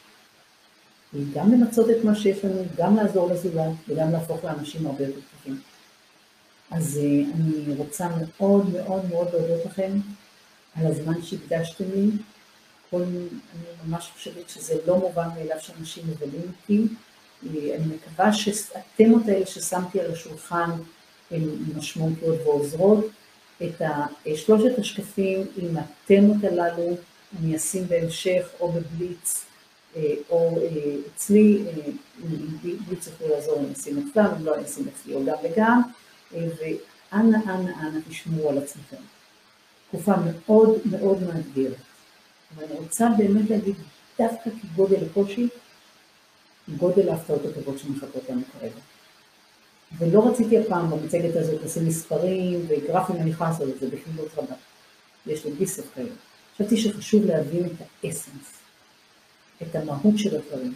וגם למצות את מה שיש לנו, גם לעזור לזולת, וגם להפוך לאנשים הרבה יותר טובים. אז אני רוצה מאוד מאוד מאוד להודות לכם על הזמן שהקדשתם לי. כל, אני ממש חושבת שזה לא מובן מאליו שאנשים מבלים איתי. אני מקווה שהתמות האלה ששמתי על השולחן הן משמעותיות ועוזרות. את שלושת השקפים עם התמות הללו אני אשים בהמשך או בבליץ או אצלי, בליץ יכולו לעזור אם אשים אצלם, אם לא אשים אצלי או גם וגם, ואנה אנה אנה תשמרו על עצמכם. תקופה מאוד מאוד מאתגרת. ואני רוצה באמת להגיד דווקא כגודל הקושי, גודל ההפתעות הטובות שמחכות לנו כרגע. ולא רציתי הפעם במצגת הזאת לשים מספרים וגרפים, אני יכולה לעשות את זה בכלילות רבה. יש לי גיסף כאלה. חשבתי שחשוב להבין את האסנס, את המהות של הדברים.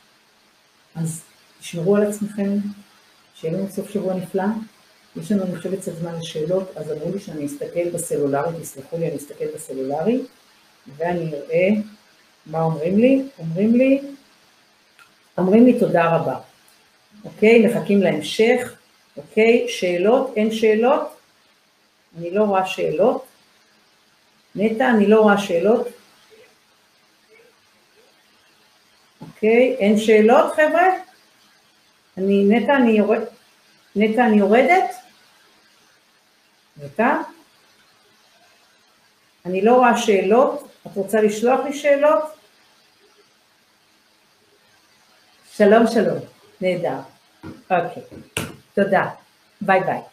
אז תשמרו על עצמכם, שיהיה לנו סוף שבוע נפלא. יש לנו, אני חושבת, קצת זמן לשאלות, אז אמרו לי שאני אסתכל בסלולרי, תסלחו לי, אני אסתכל בסלולרי, ואני אראה מה אומרים לי. אומרים לי, אומרים לי תודה רבה. אוקיי, מחכים להמשך. אוקיי, שאלות? אין שאלות? אני לא רואה שאלות. נטע, אני לא רואה שאלות. אוקיי, אין שאלות חבר'ה? אני, נטע, אני יורד, נטע, אני יורדת? נטע? אני לא רואה שאלות, את רוצה לשלוח לי שאלות? שלום, שלום, נהדר. אוקיי, תודה, ביי ביי.